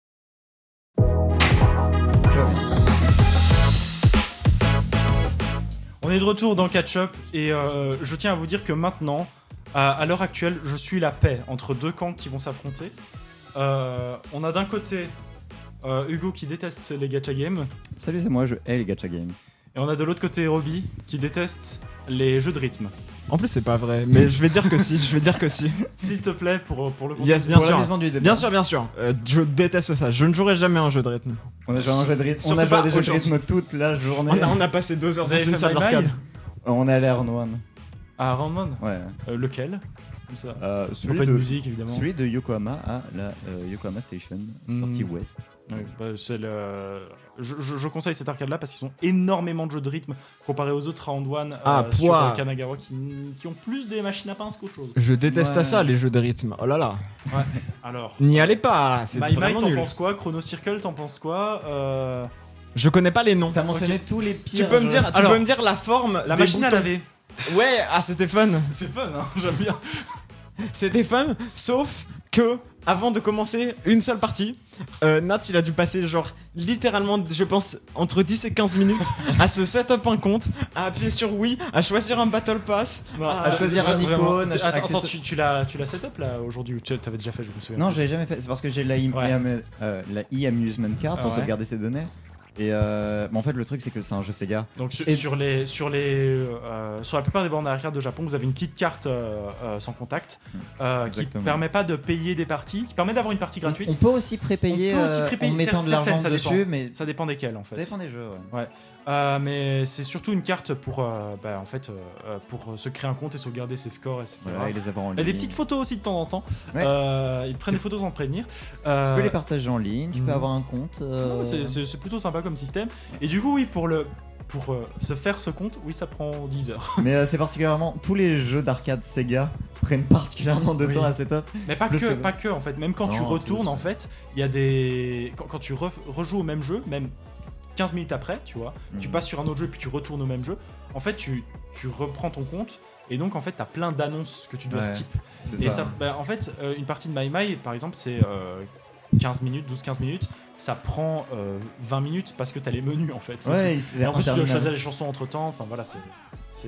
On est de retour dans Catch Up et je tiens à vous dire que maintenant, à l'heure actuelle, je suis la paix entre deux camps qui vont s'affronter. On a d'un côté Hugo qui déteste les gacha games Salut, c'est moi, je hais les gacha games. et on a de l'autre côté Robbie qui déteste les jeux de rythme. En plus, c'est pas vrai, mais je vais dire que si, S'il te plaît, pour le Yes, bien Pour sûr. l'amusement du débat. Bien sûr. Je déteste ça. Je ne jouerai jamais à un jeu de rythme. On a joué à un jeu de rythme. Surtout On a joué à des pas jeux de aujourd'hui. rythme toute la journée. On a passé 2 heures Vous dans avez une fait salle My d'arcade. My On est allé à Round One. Ah, Roundman. Ouais. Lequel? Comme ça. Celui Pas de de musique, évidemment. Celui de Yokohama à la Yokohama Station, sortie ouest. Ouais, bah, c'est je conseille cet arcade là parce qu'ils ont énormément de jeux de rythme comparé aux autres Round One sur Kanagawa qui ont plus des machines à pince qu'autre chose. Je déteste Ouais. ça, les jeux de rythme. Oh là là. Ouais. Alors. N'y allez pas, c'est My My, vraiment t'en nul. penses quoi? Chrono Circle, t'en penses quoi? Je connais pas les noms. T'as mentionné tous les pires. Tu peux me jeux. dire, Alors, la forme La des machine à boutons. laver. Ouais, c'était fun. C'est fun, hein, j'aime bien. C'était fun, sauf que avant de commencer une seule partie, Nat il a dû passer genre littéralement, je pense, entre 10 et 15 minutes à se set-up un compte, à appuyer sur oui, à choisir un Battle Pass, Non, À choisir un icône. à- Attends, tu l'as setup là aujourd'hui ou tu t'avais déjà fait, je me souviens. Non, plus. je l'ai jamais fait. C'est parce que j'ai la e-amusement card pour Ouais. sauvegarder ses données. Et mais en fait, le truc, c'est que c'est un jeu Sega. Donc Et- sur la plupart des bornes d'arcade de Japon, vous avez une petite carte sans contact qui Exactement. permet pas de payer des parties, qui permet d'avoir une partie gratuite. On peut aussi prépayer, On peut aussi prépayer, en mettant de l'argent certaines, ça dessus, dépend. mais Ça dépend desquels en ça fait. dépend des jeux. Ouais. Mais c'est surtout une carte pour pour se créer un compte et sauvegarder ses scores, etc. Voilà, et les avoir en Il ligne. y a des petites photos aussi de temps en temps. Ouais. Ils prennent des photos sans te prévenir. Tu peux les partager en ligne, tu peux Mhm. avoir un compte. Non, c'est plutôt sympa comme système. Et du coup, oui, pour se faire ce compte, oui, ça prend 10 heures. Mais c'est particulièrement. Tous les jeux d'arcade Sega prennent particulièrement de Oui. temps à setup. Mais pas Plus que, que- pas que en fait. Même quand Non, tu tout retournes, aussi. en fait, il y a des. Quand tu rejoues au même jeu, même 15 minutes après, tu vois, tu Mhm. passes sur un autre jeu et puis tu retournes au même jeu. En fait, tu reprends ton compte et donc en fait, t'as plein d'annonces que tu dois Ouais. skip. C'est Et ça, en fait, une partie de My My, par exemple, c'est 15 minutes, 12-15 minutes. Ça prend 20 minutes parce que t'as les menus en fait. c'est Ouais, tout. c'est Et en plus, tu dois interminable. choisir les chansons entre temps. Enfin voilà, c'est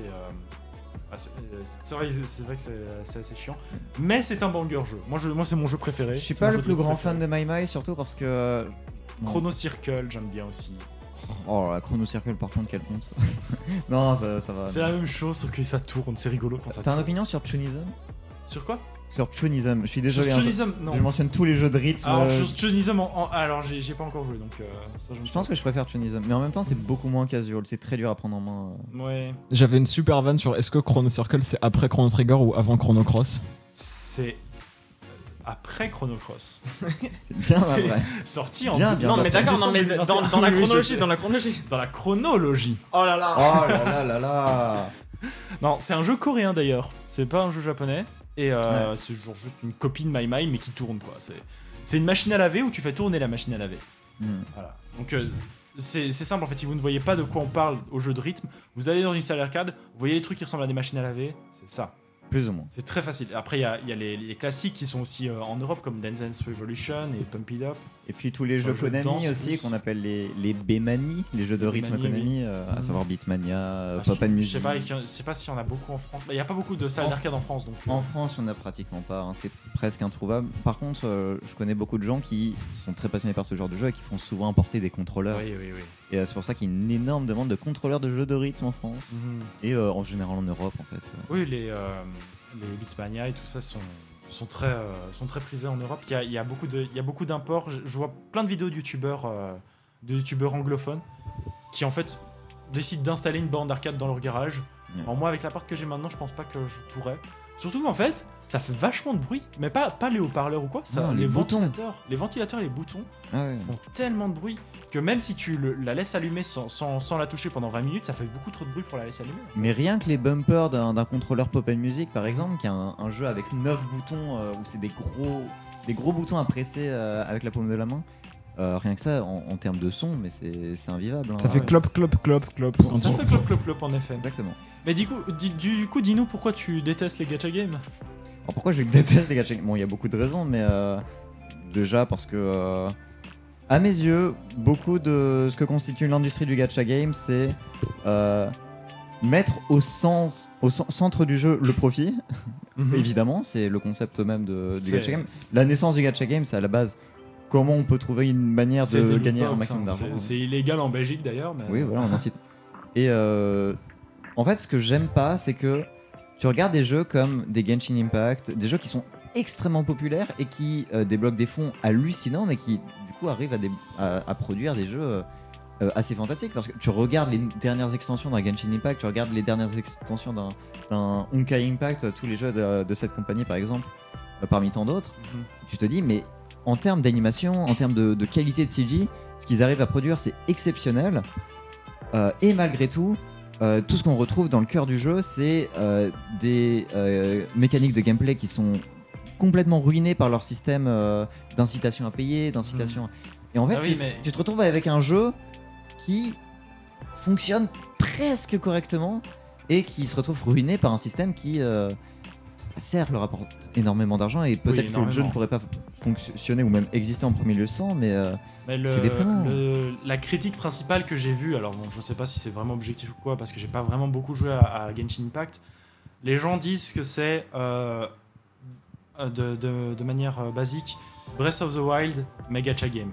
vrai que c'est assez chiant. Mais c'est un banger jeu. Moi c'est mon jeu préféré. Je suis C'est pas mon le jeu plus de grand préféré. fan de My My, surtout parce que. bon. Chrono Circle, j'aime bien aussi. Oh la Chrono Circle, par contre, quel compte. Non, ça va. C'est la même chose, sauf que ça tourne. C'est rigolo quand ça T'as une tourne. opinion sur Chunism? Sur quoi? Sur Chunism, je suis Sur désolé. hein, Chunism, non. je mentionne tous les jeux de rythme. Alors sur Chunism, alors j'ai pas encore joué, donc ça je me Je pense que je préfère Chunism, mais en même temps c'est beaucoup moins casual, c'est très dur à prendre en main. Ouais, J'avais une super vanne sur est-ce que Chrono Circle c'est après Chrono Trigger ou avant Chrono Cross. c'est après Chrono Cross. C'est bien C'est- vrai. Sorti en Bien, deux- bien. Non ça, mais c'est d'accord, non mais décembre dans 2021. la Oui, je chronologie, sais. dans la chronologie. Dans la chronologie. Oh là là. Oh là là là là. Non, c'est un jeu coréen d'ailleurs. C'est pas un jeu japonais. Et Ouais. c'est genre juste une copie de My My mais qui tourne quoi. C'est une machine à laver où tu fais tourner la machine à laver. Voilà. Donc c'est simple en fait. Si vous ne voyez pas de quoi on parle au jeu de rythme, vous allez dans une salle d'arcade, vous voyez les trucs qui ressemblent à des machines à laver, c'est ça. Plus ou moins. C'est très facile. Après, il y a les classiques qui sont aussi en Europe, comme Dance Dance Revolution et Pump It Up. Et puis tous les Sur jeux le jeu de Konami danse, aussi plus. qu'on appelle les B-Mani, les jeux de Les rythme B-Mani, Konami, à Mhm. savoir Beatmania, Parce Pop que and je Music. sais pas s'il y en a beaucoup en France. Il n'y a pas beaucoup de salles En- d'arcade en France, donc. En France, on a pratiquement pas, hein, c'est presque introuvable. Par contre, je connais beaucoup de gens qui sont très passionnés par ce genre de jeu et qui font souvent importer des contrôleurs. Oui, oui, oui. Et c'est pour ça qu'il y a une énorme demande de contrôleurs de jeux de rythme en France. Et en général en Europe en fait. Oui, les Beatmania et tout ça sont très prisés en Europe. Il y a beaucoup d'imports. Je vois plein de vidéos de youtubeurs anglophones qui en fait décident d'installer une borne d'arcade dans leur garage. Ouais. Alors moi avec l'appart que j'ai maintenant, je pense pas que je pourrais. Surtout qu'en fait, ça fait vachement de bruit, mais pas les haut-parleurs ou quoi, ça, Non, les les boutons. ventilateurs et les boutons Ah ouais. font tellement de bruit que même si tu la laisses allumer sans la toucher pendant 20 minutes, ça fait beaucoup trop de bruit pour la laisser allumer. Mais rien que les bumpers d'un contrôleur Pop and Music par exemple, qui est un jeu avec 9 boutons où c'est des gros boutons à presser avec la paume de la main. Rien que ça, en termes de son, mais c'est invivable. hein. Ça fait ouais. clop clop clop clop. quand Ça on- fait clop clop clop en effet. Exactement. Mais du coup, dis-nous pourquoi tu détestes les gacha games. Alors pourquoi je déteste les gacha games? Bon, il y a beaucoup de raisons, mais déjà parce que, à mes yeux, beaucoup de ce que constitue l'industrie du gacha game, c'est mettre au centre du jeu le profit. Évidemment, c'est le concept même du gacha game. La naissance du gacha game, c'est à la base comment on peut trouver une manière C'est de des gagner un lootbox, maximum hein. d'argent. C'est illégal en Belgique d'ailleurs. Mais... Oui, voilà, on incite. Et en fait, ce que j'aime pas, c'est que tu regardes des jeux comme des Genshin Impact, des jeux qui sont extrêmement populaires et qui débloquent des fonds hallucinants, mais qui du coup arrivent à produire des jeux assez fantastiques. Parce que tu regardes les dernières extensions d'un Genshin Impact, tu regardes les dernières extensions d'un Honkai Impact, tous les jeux de cette compagnie par exemple, parmi tant d'autres, tu te dis, mais en termes d'animation, en termes de qualité de CG, ce qu'ils arrivent à produire, c'est exceptionnel. Et malgré tout, tout ce qu'on retrouve dans le cœur du jeu, c'est des mécaniques de gameplay qui sont complètement ruinées par leur système d'incitation à payer, d'incitation. Et en fait, tu te retrouves avec un jeu qui fonctionne presque correctement et qui se retrouve ruiné par un système qui certes leur apporte énormément d'argent et peut-être que le jeu ne pourrait pas fonctionner ou même exister en premier lieu sans, mais c'est déprimant. La critique principale que j'ai vue, alors bon, je sais pas si c'est vraiment objectif ou quoi, parce que j'ai pas vraiment beaucoup joué à Genshin Impact, les gens disent que c'est de manière basique Breath of the Wild mais gacha game.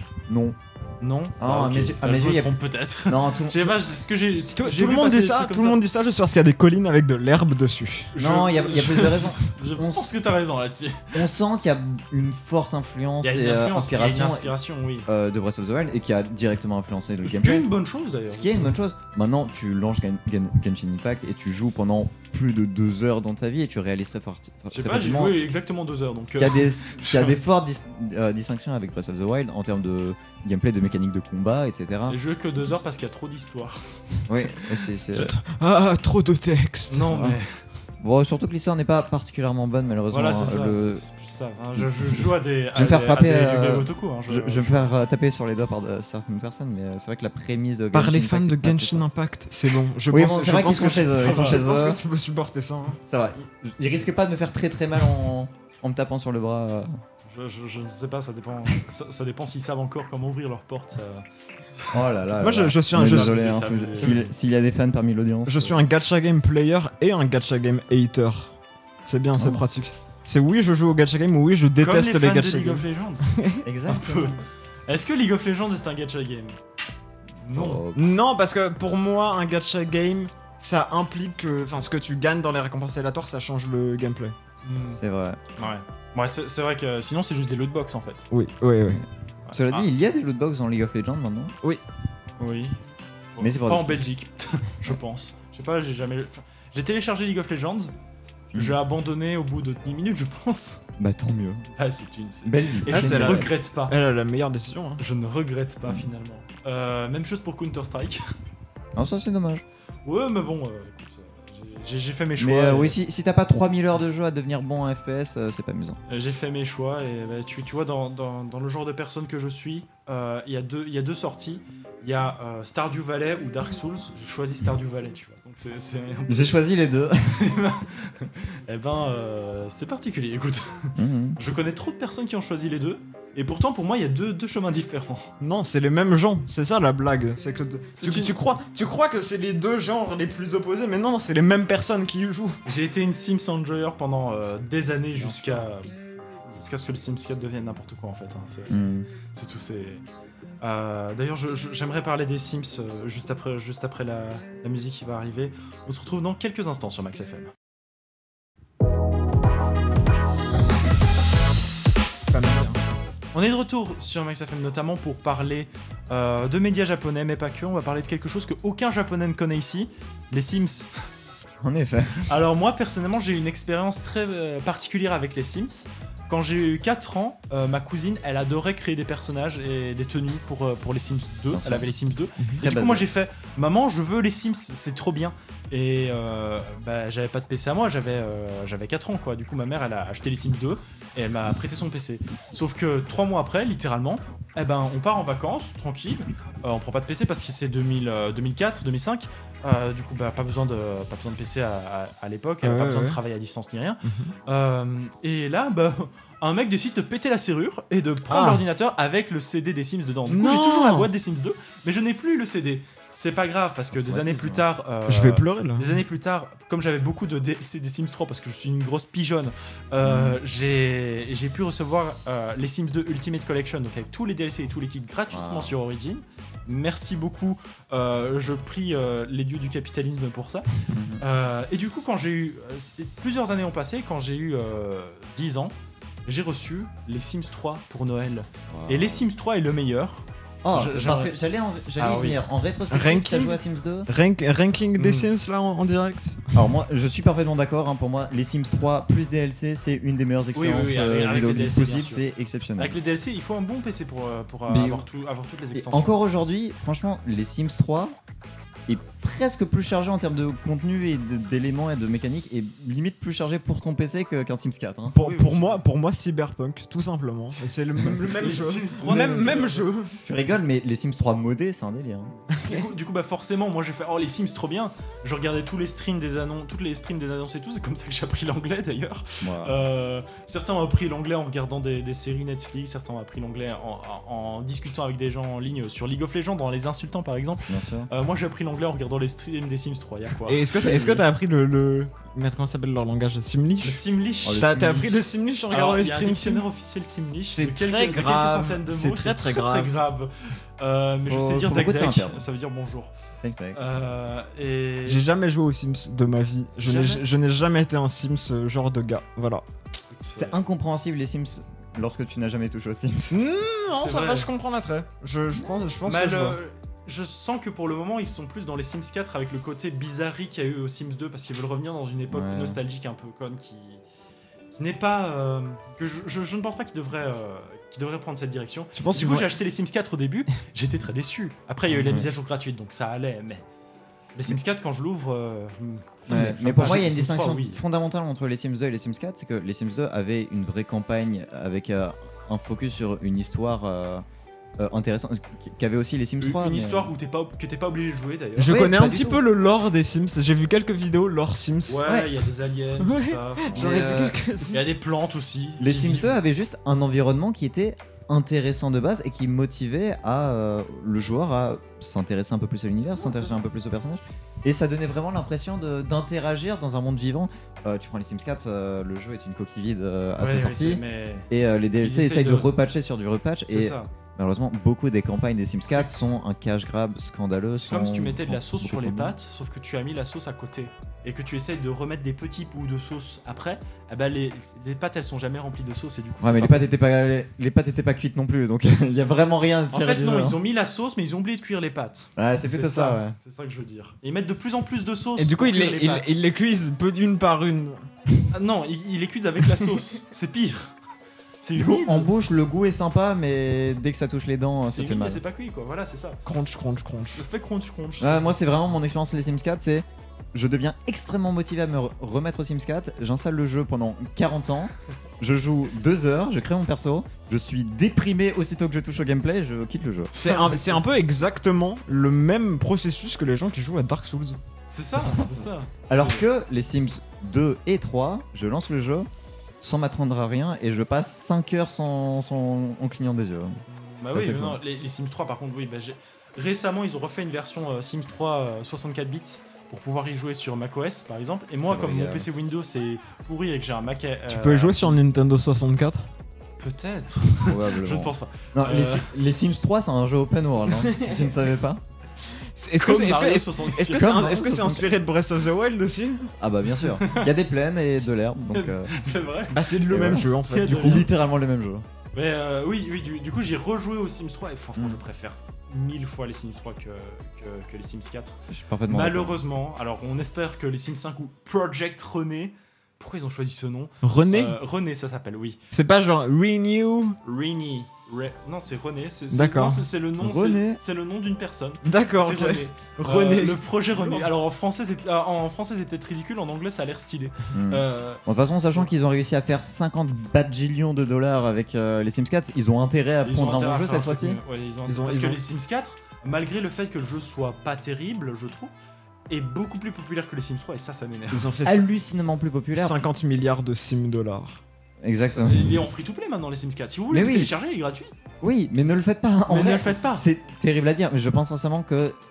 Non. Ah, okay. Mais je me trompe peut-être. Non, je sais pas, c'est ce que j'ai. Tout le monde dit ça. Tout le monde dit ça juste parce qu'il y a des collines avec de l'herbe dessus. Non, il y a plus de raisons. Je pense que t'as raison là-dessus. On sent qu'il y a une forte influence et inspiration, oui. De Breath of the Wild et qui a directement influencé le gameplay. Ce qui est une bonne chose d'ailleurs. Ce qui est une bonne chose. Maintenant, tu lances Genshin Impact et tu joues pendant plus de 2 heures dans ta vie et tu réalises très facilement. J'ai joué exactement 2 heures donc. Il y a des fortes distinctions avec Breath of the Wild en termes de gameplay, de mécanique de combat, etc. J'ai joué que 2 heures parce qu'il y a trop d'histoire. Oui, c'est. Ah, trop de texte. Non, mais. Bon, surtout que l'histoire n'est pas particulièrement bonne, malheureusement. Voilà, c'est ça. C'est plus ça. Enfin, je joue à des. Je vais me faire frapper. Je vais me faire taper sur les doigts par certaines personnes, mais c'est vrai que la prémisse de. Par les fans de Genshin Impact, c'est bon. C'est vrai qu'ils sont chez eux. Je pense que tu peux supporter ça. Ça va. Ils risquent pas de me faire très très mal en me tapant sur le bras. Je ne sais pas, ça dépend. Ça dépend s'ils savent encore comment ouvrir leur porte. Ça... Oh là là. Moi, je suis un. Désolé, s'il y a des fans parmi l'audience. Je suis un gacha game player et un gacha game hater. C'est bien, c'est pratique. C'est oui, je joue au gacha game, ou oui, je déteste les gacha games. Comme les fans de League of Legends. Exact. Est-ce que League of Legends est un gacha game? Non. Non, parce que pour moi, un gacha game, ça implique que, ce que tu gagnes dans les récompenses aléatoires, ça change le gameplay. C'est vrai. Ouais, c'est vrai que sinon c'est juste des lootbox en fait. Oui. Cela dit, il y a des lootbox dans League of Legends maintenant. Oui. Mais c'est pas en Belgique, je pense. Je sais pas, j'ai téléchargé League of Legends. J'ai abandonné au bout de 10 minutes, je pense. Bah tant mieux. Ah, c'est une belle vie. Et je ne regrette pas. Elle a la meilleure décision. Hein. Je ne regrette pas finalement. Même chose pour Counter-Strike. Non, ça c'est dommage. Ouais, mais bon, écoute, j'ai fait mes choix. Mais oui, si t'as pas 3000 heures de jeu à devenir bon en FPS, c'est pas amusant. J'ai fait mes choix et tu vois, dans le genre de personne que je suis, il y a deux sorties. Il y a Stardew Valley ou Dark Souls. J'ai choisi Stardew Valley, tu vois. Donc j'ai choisi les deux. C'est particulier, écoute. Je connais trop de personnes qui ont choisi les deux. Et pourtant, pour moi, il y a deux chemins différents. Non, c'est les mêmes gens. C'est ça la blague. C'est que tu crois que c'est les deux genres les plus opposés, mais non, c'est les mêmes personnes qui y jouent. J'ai été une Sims enjoyer pendant des années jusqu'à ce que le Sims 4 devienne n'importe quoi en fait. Hein. C'est tout. D'ailleurs, j'aimerais parler des Sims juste après la musique qui va arriver. On se retrouve dans quelques instants sur Max FM. On est de retour sur Max FM notamment pour parler de médias japonais, mais pas que. On va parler de quelque chose que aucun japonais ne connaît ici, les Sims. En effet. Alors moi, personnellement, j'ai eu une expérience très particulière avec les Sims. Quand j'ai eu 4 ans, ma cousine, elle adorait créer des personnages et des tenues pour les Sims 2. Elle avait les Sims 2. Et du coup, moi, j'ai fait « Maman, je veux les Sims, c'est trop bien !» Et j'avais pas de PC à moi, j'avais 4 ans, quoi. Du coup, ma mère, elle a acheté les Sims 2 et elle m'a prêté son PC. Sauf que 3 mois après, littéralement, on part en vacances, tranquille. On prend pas de PC parce que c'est 2004, 2005. Du coup, pas besoin de PC à l'époque, pas besoin de travailler à distance ni rien. Et là, un mec décide de péter la serrure et de prendre l'ordinateur avec le CD des Sims dedans. Du coup, j'ai toujours la boîte des Sims 2, mais je n'ai plus le CD. C'est pas grave parce que des années plus tard. Je vais pleurer là. Des années plus tard, comme j'avais beaucoup de DLC des Sims 3 parce que je suis une grosse pigeonne, j'ai pu recevoir les Sims 2 Ultimate Collection, donc avec tous les DLC et tous les kits gratuitement sur Origin. Merci beaucoup, je prie les dieux du capitalisme pour ça. Et du coup, quand j'ai eu. Plusieurs années ont passé, quand j'ai eu 10 ans, j'ai reçu les Sims 3 pour Noël. Et les Sims 3 est le meilleur. Oh, parce que j'allais y venir. En rétrospective, t'as joué à Sims 2 Ranking des Sims là en direct. Alors moi, je suis parfaitement d'accord. Hein, pour moi, les Sims 3 plus DLC, c'est une des meilleures expériences vidéo possibles. C'est exceptionnel. Avec les DLC, il faut un bon PC pour avoir toutes les extensions. Encore aujourd'hui, franchement, les Sims 3 est presque plus chargé en termes de contenu et d'éléments et de mécaniques, et limite plus chargé pour ton PC qu'un Sims 4. Hein. Pour moi, Cyberpunk, tout simplement. C'est le même jeu. Même jeu. Tu rigoles, mais les Sims 3 modés, c'est un délire. Du coup, bah forcément, moi j'ai fait les Sims trop bien. Je regardais tous les streams des annonces, toutes les streams des annonces et tout. C'est comme ça que j'ai appris l'anglais d'ailleurs. Wow. Certains ont appris l'anglais en regardant des séries Netflix. Certains ont appris l'anglais en discutant avec des gens en ligne sur League of Legends, en les insultant par exemple. Moi j'ai appris l'anglais en regardant les streams des Sims 3. Quoi. Et est-ce que t'as appris le comment s'appelle leur langage, Simlish? Le Simlish. T'as appris le Simlish en regardant les streams? Il y a un dictionnaire officiel Simlish. C'est très grave. C'est très grave. Mais je sais dire Dak, ça veut dire bonjour. J'ai jamais joué aux Sims de ma vie. Je n'ai jamais été un Sims genre de gars. Voilà. C'est incompréhensible les Sims lorsque tu n'as jamais touché aux Sims. Non, ça va, je comprends l'attrait. Je pense que je sens que pour le moment ils sont plus dans les Sims 4 avec le côté bizarrerie qu'il y a eu aux Sims 2 parce qu'ils veulent revenir dans une époque nostalgique un peu conne qui n'est pas que je ne pense pas qu'ils devraient prendre cette direction. Du coup j'ai acheté les Sims 4 au début, j'étais très déçu. Après il y a eu la mise à jour gratuite donc ça allait, mais les Sims 4 quand je l'ouvre mais pour moi il y a une distinction fondamentale entre les Sims 2 et les Sims 4, c'est que les Sims 2 avaient une vraie campagne avec un focus sur une histoire intéressant, qu'avait aussi les Sims 3. Une histoire que t'es pas obligé de jouer d'ailleurs. Je connais un petit peu le lore des Sims, j'ai vu quelques vidéos lore Sims. Ouais, il y a des aliens, tout ça. Il y a des plantes aussi. Les Sims 2 avaient juste un environnement qui était intéressant de base et qui motivait le joueur à s'intéresser un peu plus à l'univers, s'intéresser un peu plus aux personnages. Et ça donnait vraiment l'impression d'interagir dans un monde vivant. Tu prends les Sims 4, le jeu est une coquille vide à sa sortie. Et les DLC essayent de repatcher sur du repatch. C'est ça. Malheureusement, beaucoup des campagnes des Sims 4 sont un cash grab scandaleux. C'est comme si tu mettais de la sauce sur les pâtes, sauf que tu as mis la sauce à côté. Et que tu essayes de remettre des petits bouts de sauce après, les pâtes elles sont jamais remplies de sauce et du coup. Ouais, mais les pâtes étaient pas cuites non plus, donc il y a vraiment rien à tirer du jeu. En fait, non, ils ont mis la sauce, mais ils ont oublié de cuire les pâtes. Ouais, c'est plutôt ça, ouais. C'est ça que je veux dire. Et ils mettent de plus en plus de sauce. Et du coup, ils les cuisent une par une. Non, ils les cuisent avec la sauce. C'est pire. C'est humide. En bouche, le goût est sympa, mais dès que ça touche les dents, ça fait mal. Mais c'est pas cuit, quoi. Voilà, c'est ça. Crunch. Ça fait crunch. Moi, c'est vraiment mon expérience les Sims 4, c'est je deviens extrêmement motivé à me remettre aux Sims 4. J'installe le jeu pendant 40 ans. Je joue 2 heures, je crée mon perso. Je suis déprimé aussitôt que je touche au gameplay, je quitte le jeu. C'est un peu exactement le même processus que les gens qui jouent à Dark Souls. C'est ça. Alors que les Sims 2 et 3, je lance le jeu sans m'attendre à rien et je passe 5 heures en clignant des yeux. Bah oui, non, les Sims 3 par contre, oui. Récemment, ils ont refait une version Sims 3 64 bits pour pouvoir y jouer sur macOS par exemple. Et moi, comme mon PC Windows c'est pourri et que j'ai un Mac. Tu peux y jouer sur Nintendo 64 ? Peut-être. Je ne pense pas. Non, les Sims 3 c'est un jeu open world, hein, si tu ne savais pas. Est-ce que c'est inspiré de Breath of the Wild aussi ? Ah bah bien sûr. Il y a des plaines et de l'herbe, donc. C'est vrai. Bah c'est le même jeu en fait. Du coup, littéralement le même jeu. Mais oui, du coup j'ai rejoué aux Sims 3 et franchement je préfère 1000 fois les Sims 3 que les Sims 4. Je suis parfaitement malheureusement, alors on espère que les Sims 5 ou Project René. Pourquoi ils ont choisi ce nom ? René ça s'appelle, oui. C'est pas genre Renew ? Non, c'est René. D'accord. C'est le nom. C'est le nom d'une personne. D'accord. C'est okay. René. Le projet René. Alors en français, c'est peut-être ridicule. En anglais, ça a l'air stylé. De toute façon, sachant qu'ils ont réussi à faire 50 bajillions de dollars avec les Sims 4, ils ont intérêt à prendre un bon jeu cette fois-ci. Parce que les Sims 4, malgré le fait que le jeu soit pas terrible, je trouve, est beaucoup plus populaire que les Sims 3 et ça m'énerve. Ils ont fait hallucinamment plus populaire. 50 milliards de Sims dollars. Exactement. Il est en free-to-play maintenant les Sims 4. Si vous voulez le télécharger, il est gratuit. Oui, mais ne le faites pas. Ne le faites pas. C'est terrible à dire, mais je pense sincèrement que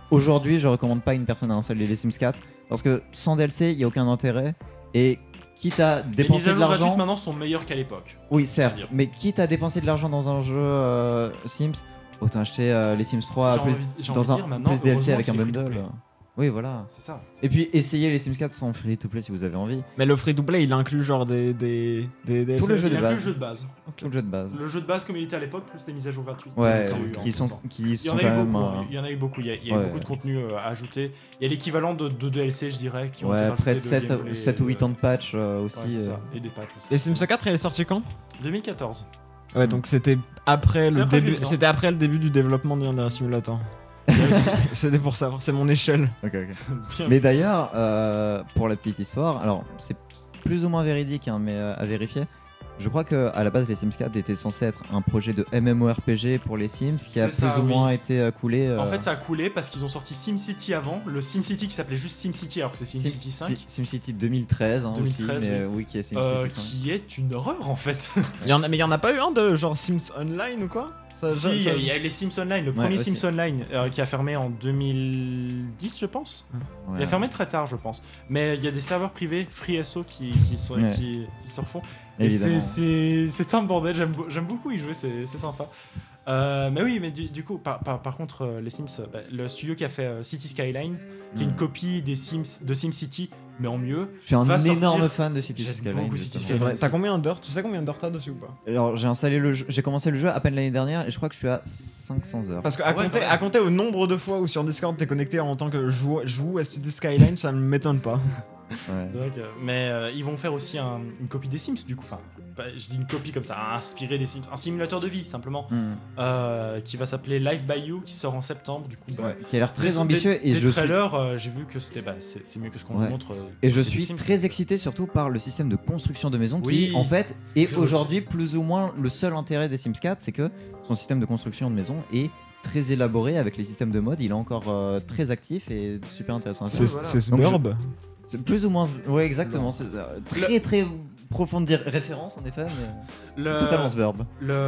aujourd'hui, je recommande pas à une personne à installer les Sims 4 parce que sans DLC, il y a aucun intérêt et quitte à Les mises dépenser à de jour gratuites l'argent. maintenant sont meilleures qu'à l'époque. Oui, c'est à certes, dire. mais quitte à dépenser de l'argent dans un jeu Sims, autant acheter les Sims 3 J'ai plus, envie dans de un dire maintenant, plus DLC heureusement avec un qu'il est bundle. free-to-play. Oui, voilà. C'est ça. Et puis essayez les Sims 4 sans free to play si vous avez envie. Mais le free-to-play, il inclut genre des Tout le jeu Il de inclut base. le jeu de base. Tout le jeu de base. Le jeu de base comme il était à l'époque, plus les mises à jour gratuites. Ouais, Il y en a eu en qui tout sont, temps. qui Il y sont en a quand eu même. beaucoup. Il y en a eu beaucoup. Il y a eu ouais. beaucoup de contenu à ajouter. Il y a l'équivalent de DLC, je dirais, qui ont été Ouais, rajoutés près de 7, gameplay, 7 ou 8 ans de patch aussi. Ouais, c'est ça. Et des patchs aussi. Et Sims 4, il est sorti quand 2014. Ouais, donc c'était après C'est le après début. Grisant. C'était après le début du développement d'un simulator. C'était pour savoir, c'est mon échelle. Ok. Bien. Mais d'ailleurs, pour la petite histoire, alors c'est plus ou moins véridique, hein, mais à vérifier. Je crois que à la base, les Sims 4 étaient censés être un projet de MMORPG pour les Sims, qui a C'est ça, plus ou oui. moins été coulé. En fait, ça a coulé parce qu'ils ont sorti SimCity avant. Le SimCity qui s'appelait juste SimCity alors que c'est SimCity 5. SimCity 2013, hein, 2013, aussi, mais oui. oui, qui est SimCity 5. Qui est une horreur en fait. Mais il y en a pas eu un de genre Sims Online ou quoi Si, il y a les Sims Online, le Ouais, premier aussi. Sims Online qui a fermé en 2010, je pense. Ouais. Il a fermé très tard, je pense. Mais il y a des serveurs privés FreeSO qui se refont. Et Évidemment. c'est un bordel, j'aime beaucoup y jouer, c'est sympa. Mais oui, mais du coup, par contre, les Sims, le studio qui a fait City Skyline, qui est une copie de SimCity, mais en mieux. Je suis un va sortir. énorme fan de City J'aime Skyline. beaucoup City justement. C'est vrai. Skyline. T'as combien d'heures Tu sais combien d'heures t'as dessus ou pas Alors, j'ai installé le jeu, j'ai commencé le jeu à peine l'année dernière et je crois que je suis à 500 heures. Parce que Ah ouais, quand même. à compter au nombre de fois où sur Discord t'es connecté en tant que joue à City Skyline, ça ne m'étonne pas. Ouais. C'est vrai que... Mais ils vont faire aussi une copie des Sims, du coup. Enfin, je dis une copie comme ça, inspiré des Sims. Un simulateur de vie, simplement. Qui va s'appeler Live by You, qui sort en septembre, du coup. Ouais, qui a l'air très ambitieux et des je suis trailers, j'ai vu que c'était c'est mieux que ce qu'on Ouais. nous montre. et je des suis Sims. très excité surtout par le système de construction de maison Oui. qui en fait est Très aujourd'hui plus ou moins le seul intérêt des Sims 4, c'est que son système de construction de maison est très élaboré avec les systèmes de mode, il est encore très actif et super intéressant à faire. voilà. C'est Donc, Suburb. C'est plus ou moins ouais exactement, c'est très profonde référence en effet mais c'est totalement Suburb.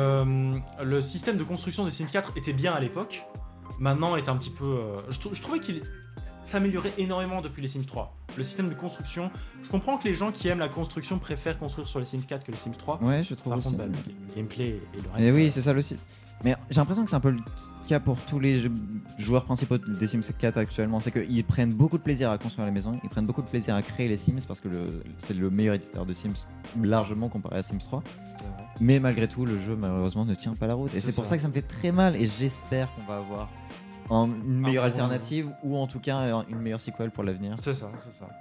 Le système de construction des Sims 4 était bien à l'époque. Maintenant est un petit peu. Je trouvais qu'il s'améliorait énormément depuis les Sims 3. Le système de construction. Je comprends que les gens qui aiment la construction préfèrent construire sur les Sims 4 que les Sims 3. Ouais, je trouve Par aussi. contre, le gameplay et le reste. Et oui, c'est ça aussi. Mais j'ai l'impression que c'est un peu le cas pour tous les joueurs principaux des Sims 4 actuellement. C'est qu'ils prennent beaucoup de plaisir à construire les maisons, ils prennent beaucoup de plaisir à créer les Sims parce que c'est le meilleur éditeur de Sims largement comparé à Sims 3. Mais malgré tout, le jeu malheureusement ne tient pas la route. Et c'est pour ça que ça me fait très mal et j'espère qu'on va avoir une meilleure alternative ou en tout cas une meilleure sequel pour l'avenir. C'est ça, c'est ça.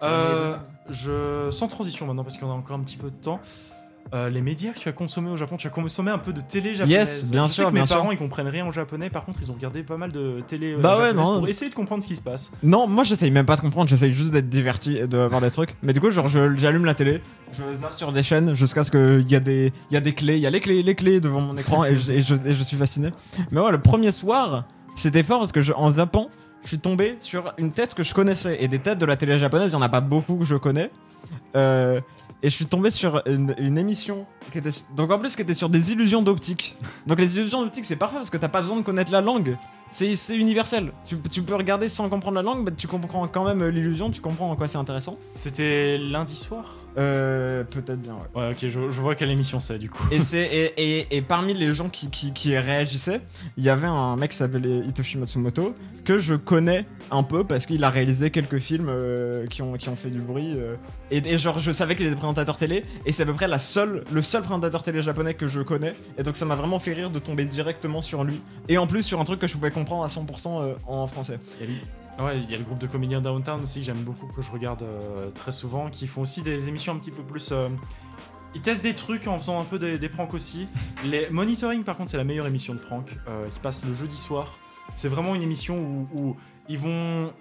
Sans transition maintenant parce qu'on a encore un petit peu de temps. Les médias que tu as consommés au Japon, tu as consommé un peu de télé japonaise. Yes, bien Je sais sûr, que mes bien sûr. parents ils comprennent rien au japonais, par contre ils ont regardé pas mal de télé Bah ouais, japonaise non. pour essayer de comprendre ce qui se passe. Non, moi j'essaye même pas de comprendre, j'essaye juste d'être diverti et de voir des trucs. Mais du coup, genre j'allume la télé, je zappe sur des chaînes jusqu'à ce qu'il y a des clés, il y a les clés devant mon écran et je suis fasciné. Mais ouais, le premier soir, c'était fort parce que en zappant, je suis tombé sur une tête que je connaissais. Et des têtes de la télé japonaise, il y en a pas beaucoup que je connais. Et je suis tombé sur une émission qui était, donc en plus qui était sur des illusions d'optique. Donc les illusions d'optique c'est parfait parce que t'as pas besoin de connaître la langue. C'est universel. Tu peux regarder sans comprendre la langue, mais tu comprends quand même l'illusion, tu comprends en quoi c'est intéressant. C'était lundi soir. Peut-être bien, ouais. Ouais, ok, je vois quelle émission c'est du coup. Et parmi les gens qui réagissaient, il y avait un mec qui s'appelait Hitoshi Matsumoto que je connais un peu parce qu'il a réalisé quelques films qui ont fait du bruit. Et genre je savais qu'il était présentateur télé et c'est à peu près le seul présentateur télé japonais que je connais. Et donc ça m'a vraiment fait rire de tomber directement sur lui. Et en plus sur un truc que je pouvais comprendre à 100% en français. Ouais, il y a le groupe de comédiens Downtown aussi que j'aime beaucoup, que je regarde très souvent, qui font aussi des émissions un petit peu plus... Ils testent des trucs en faisant un peu des pranks aussi. Les Monitoring par contre c'est la meilleure émission de prank qui passe le jeudi soir. C'est vraiment une émission où ils vont...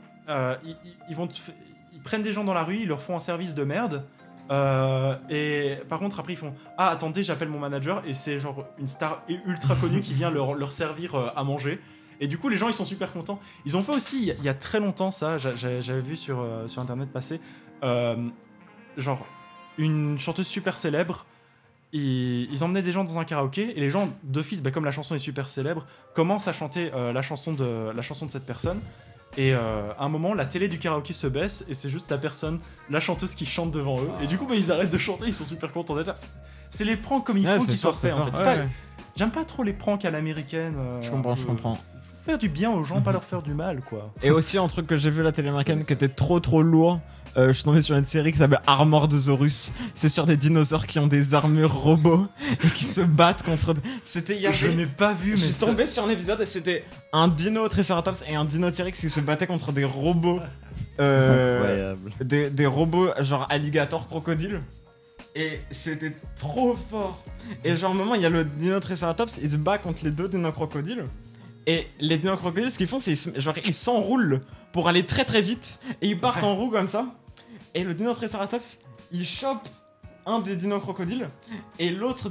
Ils prennent des gens dans la rue, ils leur font un service de merde. Et par contre après ils font ah attendez j'appelle mon manager et c'est genre une star ultra connue qui vient leur servir à manger. Et du coup, les gens, ils sont super contents. Ils ont fait aussi, il y a très longtemps, ça, j'avais vu sur Internet passer, genre, une chanteuse super célèbre, ils emmenaient des gens dans un karaoké, et les gens, d'office, comme la chanson est super célèbre, commencent à chanter la chanson de cette personne. Et à un moment, la télé du karaoké se baisse et c'est juste la chanteuse qui chante devant eux. Et du coup, ils arrêtent de chanter, ils sont super contents d'être là. C'est les pranks comme il faut qu'ils soient faits en fait. J'aime pas trop les pranks à l'américaine. Je comprends. Faire du bien aux gens, pas leur faire du mal, quoi. Et aussi, un truc que j'ai vu à la télé américaine qui était trop lourd. Je suis tombé sur une série qui s'appelle Armordosaurus. C'est sur des dinosaures qui ont des armures robots et qui se battent contre. Je n'ai pas vu, mais je suis tombé sur un épisode et c'était un dino Triceratops et un dino T-Rex qui se battaient contre des robots. Incroyable. Des robots genre alligator crocodile. Et c'était trop fort. Et genre, à un moment, il y a le dino Triceratops, il se bat contre les 2 dino crocodiles. Et les dino crocodiles, ce qu'ils font, c'est ils s'enroulent pour aller très très vite. Et ils partent en roue comme ça. Et le dino Triceratops, il chope un des dino crocodiles. Et l'autre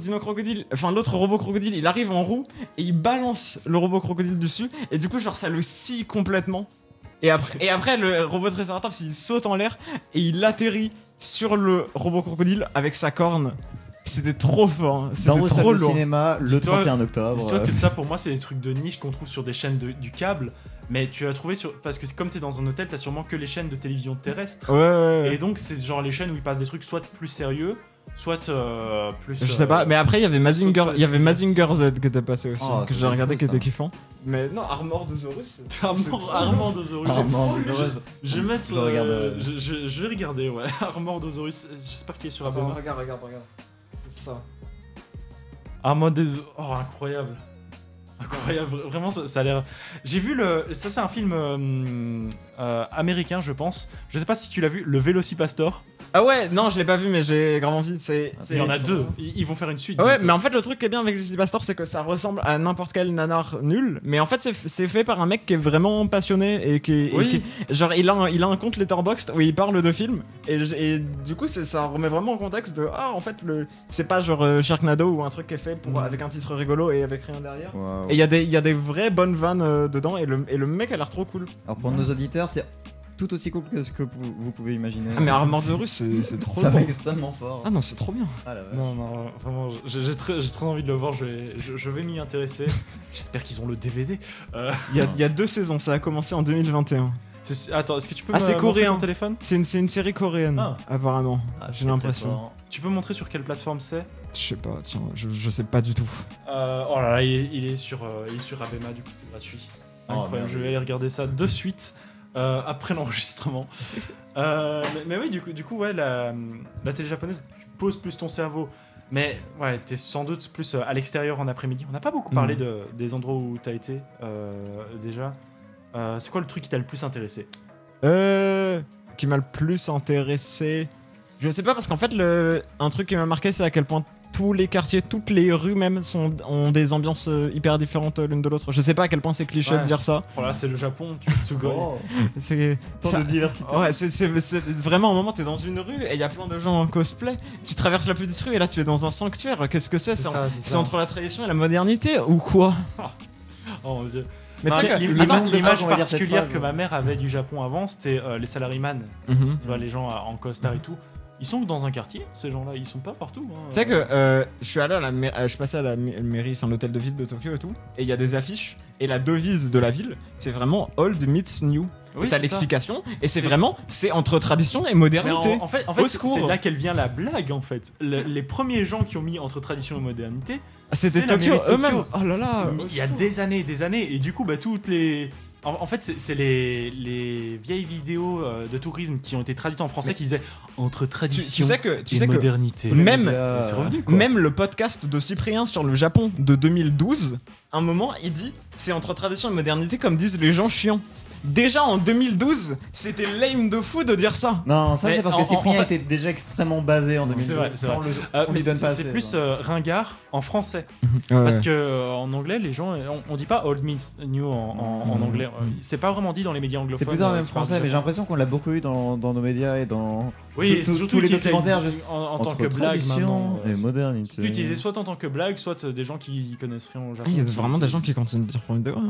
robot crocodile, il arrive en roue. Et il balance le robot crocodile dessus. Et du coup, genre, ça le scie complètement. Et après, le robot Triceratops, il saute en l'air. Et il atterrit sur le robot crocodile avec sa corne. C'était trop fort, c'était dans trop lourd. Cinéma le 31 octobre. Dis-toi que ça pour moi c'est des trucs de niche qu'on trouve sur des chaînes du câble, mais tu as trouvé parce que comme t'es dans un hôtel, t'as sûrement que les chaînes de télévision terrestre. Ouais. Et donc c'est genre les chaînes où ils passent des trucs soit plus sérieux, soit plus. Je sais pas, mais après il y avait Mazinger Z qui était passé aussi, que j'ai regardé qui était kiffant. Mais non, Armordosaurus. Armordosaurus. Je vais mettre. Je vais regarder, ouais. Armordosaurus. J'espère qu'il est sur Abema. Regarde. C'est ça. Armordosaurus. Oh, incroyable. Vraiment ça a l'air. J'ai vu ça c'est un film américain je pense. Je sais pas si tu l'as vu, le Velocipastor. Ah ouais, non, je l'ai pas vu, mais j'ai grave envie. Il y en a 2. Ils vont faire une suite. Ouais, mais en fait, le truc qui est bien avec Velocipastor, c'est que ça ressemble à n'importe quel nanar nul. Mais en fait, c'est fait par un mec qui est vraiment passionné et qui. Genre, il a un compte Letterboxd où il parle de films. Et du coup, ça remet vraiment en contexte de. Ah, en fait, c'est pas genre Sharknado ou un truc qui est fait avec un titre rigolo et avec rien derrière. Wow. Et il y a des vraies bonnes vannes dedans. Et le mec a l'air trop cool. Alors, pour nos auditeurs, c'est tout aussi cool que ce que vous pouvez imaginer. Ah mais Armordosaurus c'est trop ça va extrêmement fort. Ah non c'est trop bien. Ah, non vraiment j'ai très envie de le voir, je vais m'y intéresser. J'espère qu'ils ont le DVD. Il y a 2 saisons, ça a commencé en 2021. Attends, est-ce que tu peux me montrer ton téléphone ? C'est une série coréenne apparemment. J'ai l'impression. Tu peux montrer sur quelle plateforme c'est ? Je sais pas, tiens, je sais pas du tout. Oh là là, il est sur Abema, du coup c'est gratuit. Incroyable, je vais aller regarder ça de suite. Après l'enregistrement. Mais oui, du coup ouais, la télé japonaise, tu poses plus ton cerveau. Mais ouais, t'es sans doute plus à l'extérieur en après-midi. On n'a pas beaucoup parlé des endroits où t'as été déjà. C'est quoi le truc qui t'a le plus intéressé ? Qui m'a le plus intéressé. Je sais pas, parce qu'en fait, un truc qui m'a marqué, c'est à quel point tous les quartiers, toutes les rues même ont des ambiances hyper différentes l'une de l'autre. Je sais pas à quel point c'est cliché de dire ça. Voilà, c'est le Japon, tu te sugoi. C'est tant de diversité. Ouais, c'est vraiment un moment, t'es dans une rue et il y a plein de gens en cosplay. Tu traverses la petite rue et là tu es dans un sanctuaire. Qu'est-ce que c'est ? C'est entre la tradition et la modernité ou quoi ? Oh mon dieu. Mais tu sais l'image particulière que ma mère avait du Japon avant, c'était les salaryman. Tu vois, les gens en costard et tout. Ils sont dans un quartier, ces gens-là, ils sont pas partout. Tu sais que je suis allé je suis passé à la mairie, enfin l'hôtel de ville de Tokyo et tout, et il y a des affiches, et la devise de la ville, c'est vraiment Old meets New. Oui, t'as l'explication, et c'est entre tradition et modernité. En fait c'est là qu'elle vient la blague, en fait. Les premiers gens qui ont mis entre tradition et modernité, c'était Tokyo eux-mêmes. Oh là là. Il y a des années, et du coup, toutes les... En fait, c'est les vieilles vidéos de tourisme qui ont été traduites en français qui disaient entre tradition et modernité. Même le podcast de Cyprien sur le Japon de 2012, un moment, il dit c'est entre tradition et modernité comme disent les gens chiants. Déjà en 2012, c'était lame de fou de dire ça. Non, ça c'est parce que Cyprien était déjà extrêmement basé en 2012. C'est vrai. C'est plus ringard en français. Parce que en anglais, les gens, on dit pas old meets new en anglais. C'est pas vraiment dit dans les médias anglophones. C'est plutôt même français, mais j'ai l'impression qu'on l'a beaucoup eu dans nos médias et dans surtout les documentaires en tant que blague maintenant. Et modernité. Tu utilisais soit en tant que blague, soit des gens qui connaissent rien au Japon. Il y a vraiment des gens qui continuent de dire premier degré.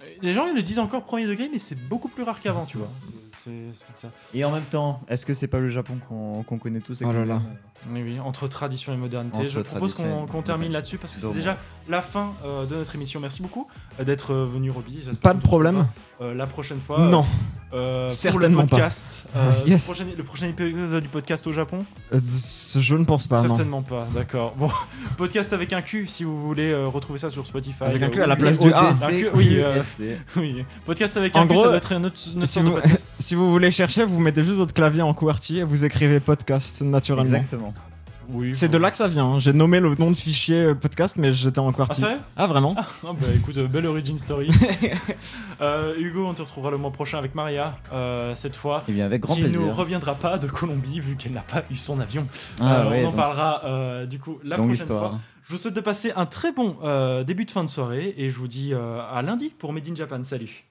Les gens ils le disent encore premier degré, mais c'est beaucoup plus rare qu'avant, tu vois. C'est comme ça. Et en même temps, est-ce que c'est pas le Japon qu'on connaît tous et Oh là qu'on là. aime Oui, entre tradition et modernité. Entre Je propose tradition et qu'on termine là-dessus parce que c'est Dommage. déjà la fin de notre émission. Merci beaucoup d'être venu, Roby. J'espère Pas qu'on de te problème. retrouvera, la prochaine fois. Non, Pour certainement le pas. podcast. Yes. Le prochain épisode du podcast au Japon. Je ne pense pas. Non. Certainement pas, d'accord. Bon, podcast avec un Q si vous voulez retrouver ça sur Spotify. Avec un Q à oui. la place du A. Un Q, oui, QST. oui. Podcast avec En un Q, gros, ça doit être notre Si sorte vous, de podcast. si vous voulez chercher, vous mettez juste votre clavier en QWERTY et vous écrivez podcast naturellement. Exactement. Oui, C'est de là que ça vient. Hein. J'ai nommé le nom de fichier podcast, mais j'étais en Ah, QWERTY. c'est vrai? Ah, vraiment? Ah bah écoute, belle origin story. Hugo, on te retrouvera le mois prochain avec Maria, cette fois. Et bien avec grand qui plaisir. ne reviendra pas de Colombie vu qu'elle n'a pas eu son avion. Ah ouais, on en donc, parlera du coup la longue prochaine histoire. fois. Je vous souhaite de passer un très bon début de fin de soirée et je vous dis à lundi pour Made in Japan. Salut.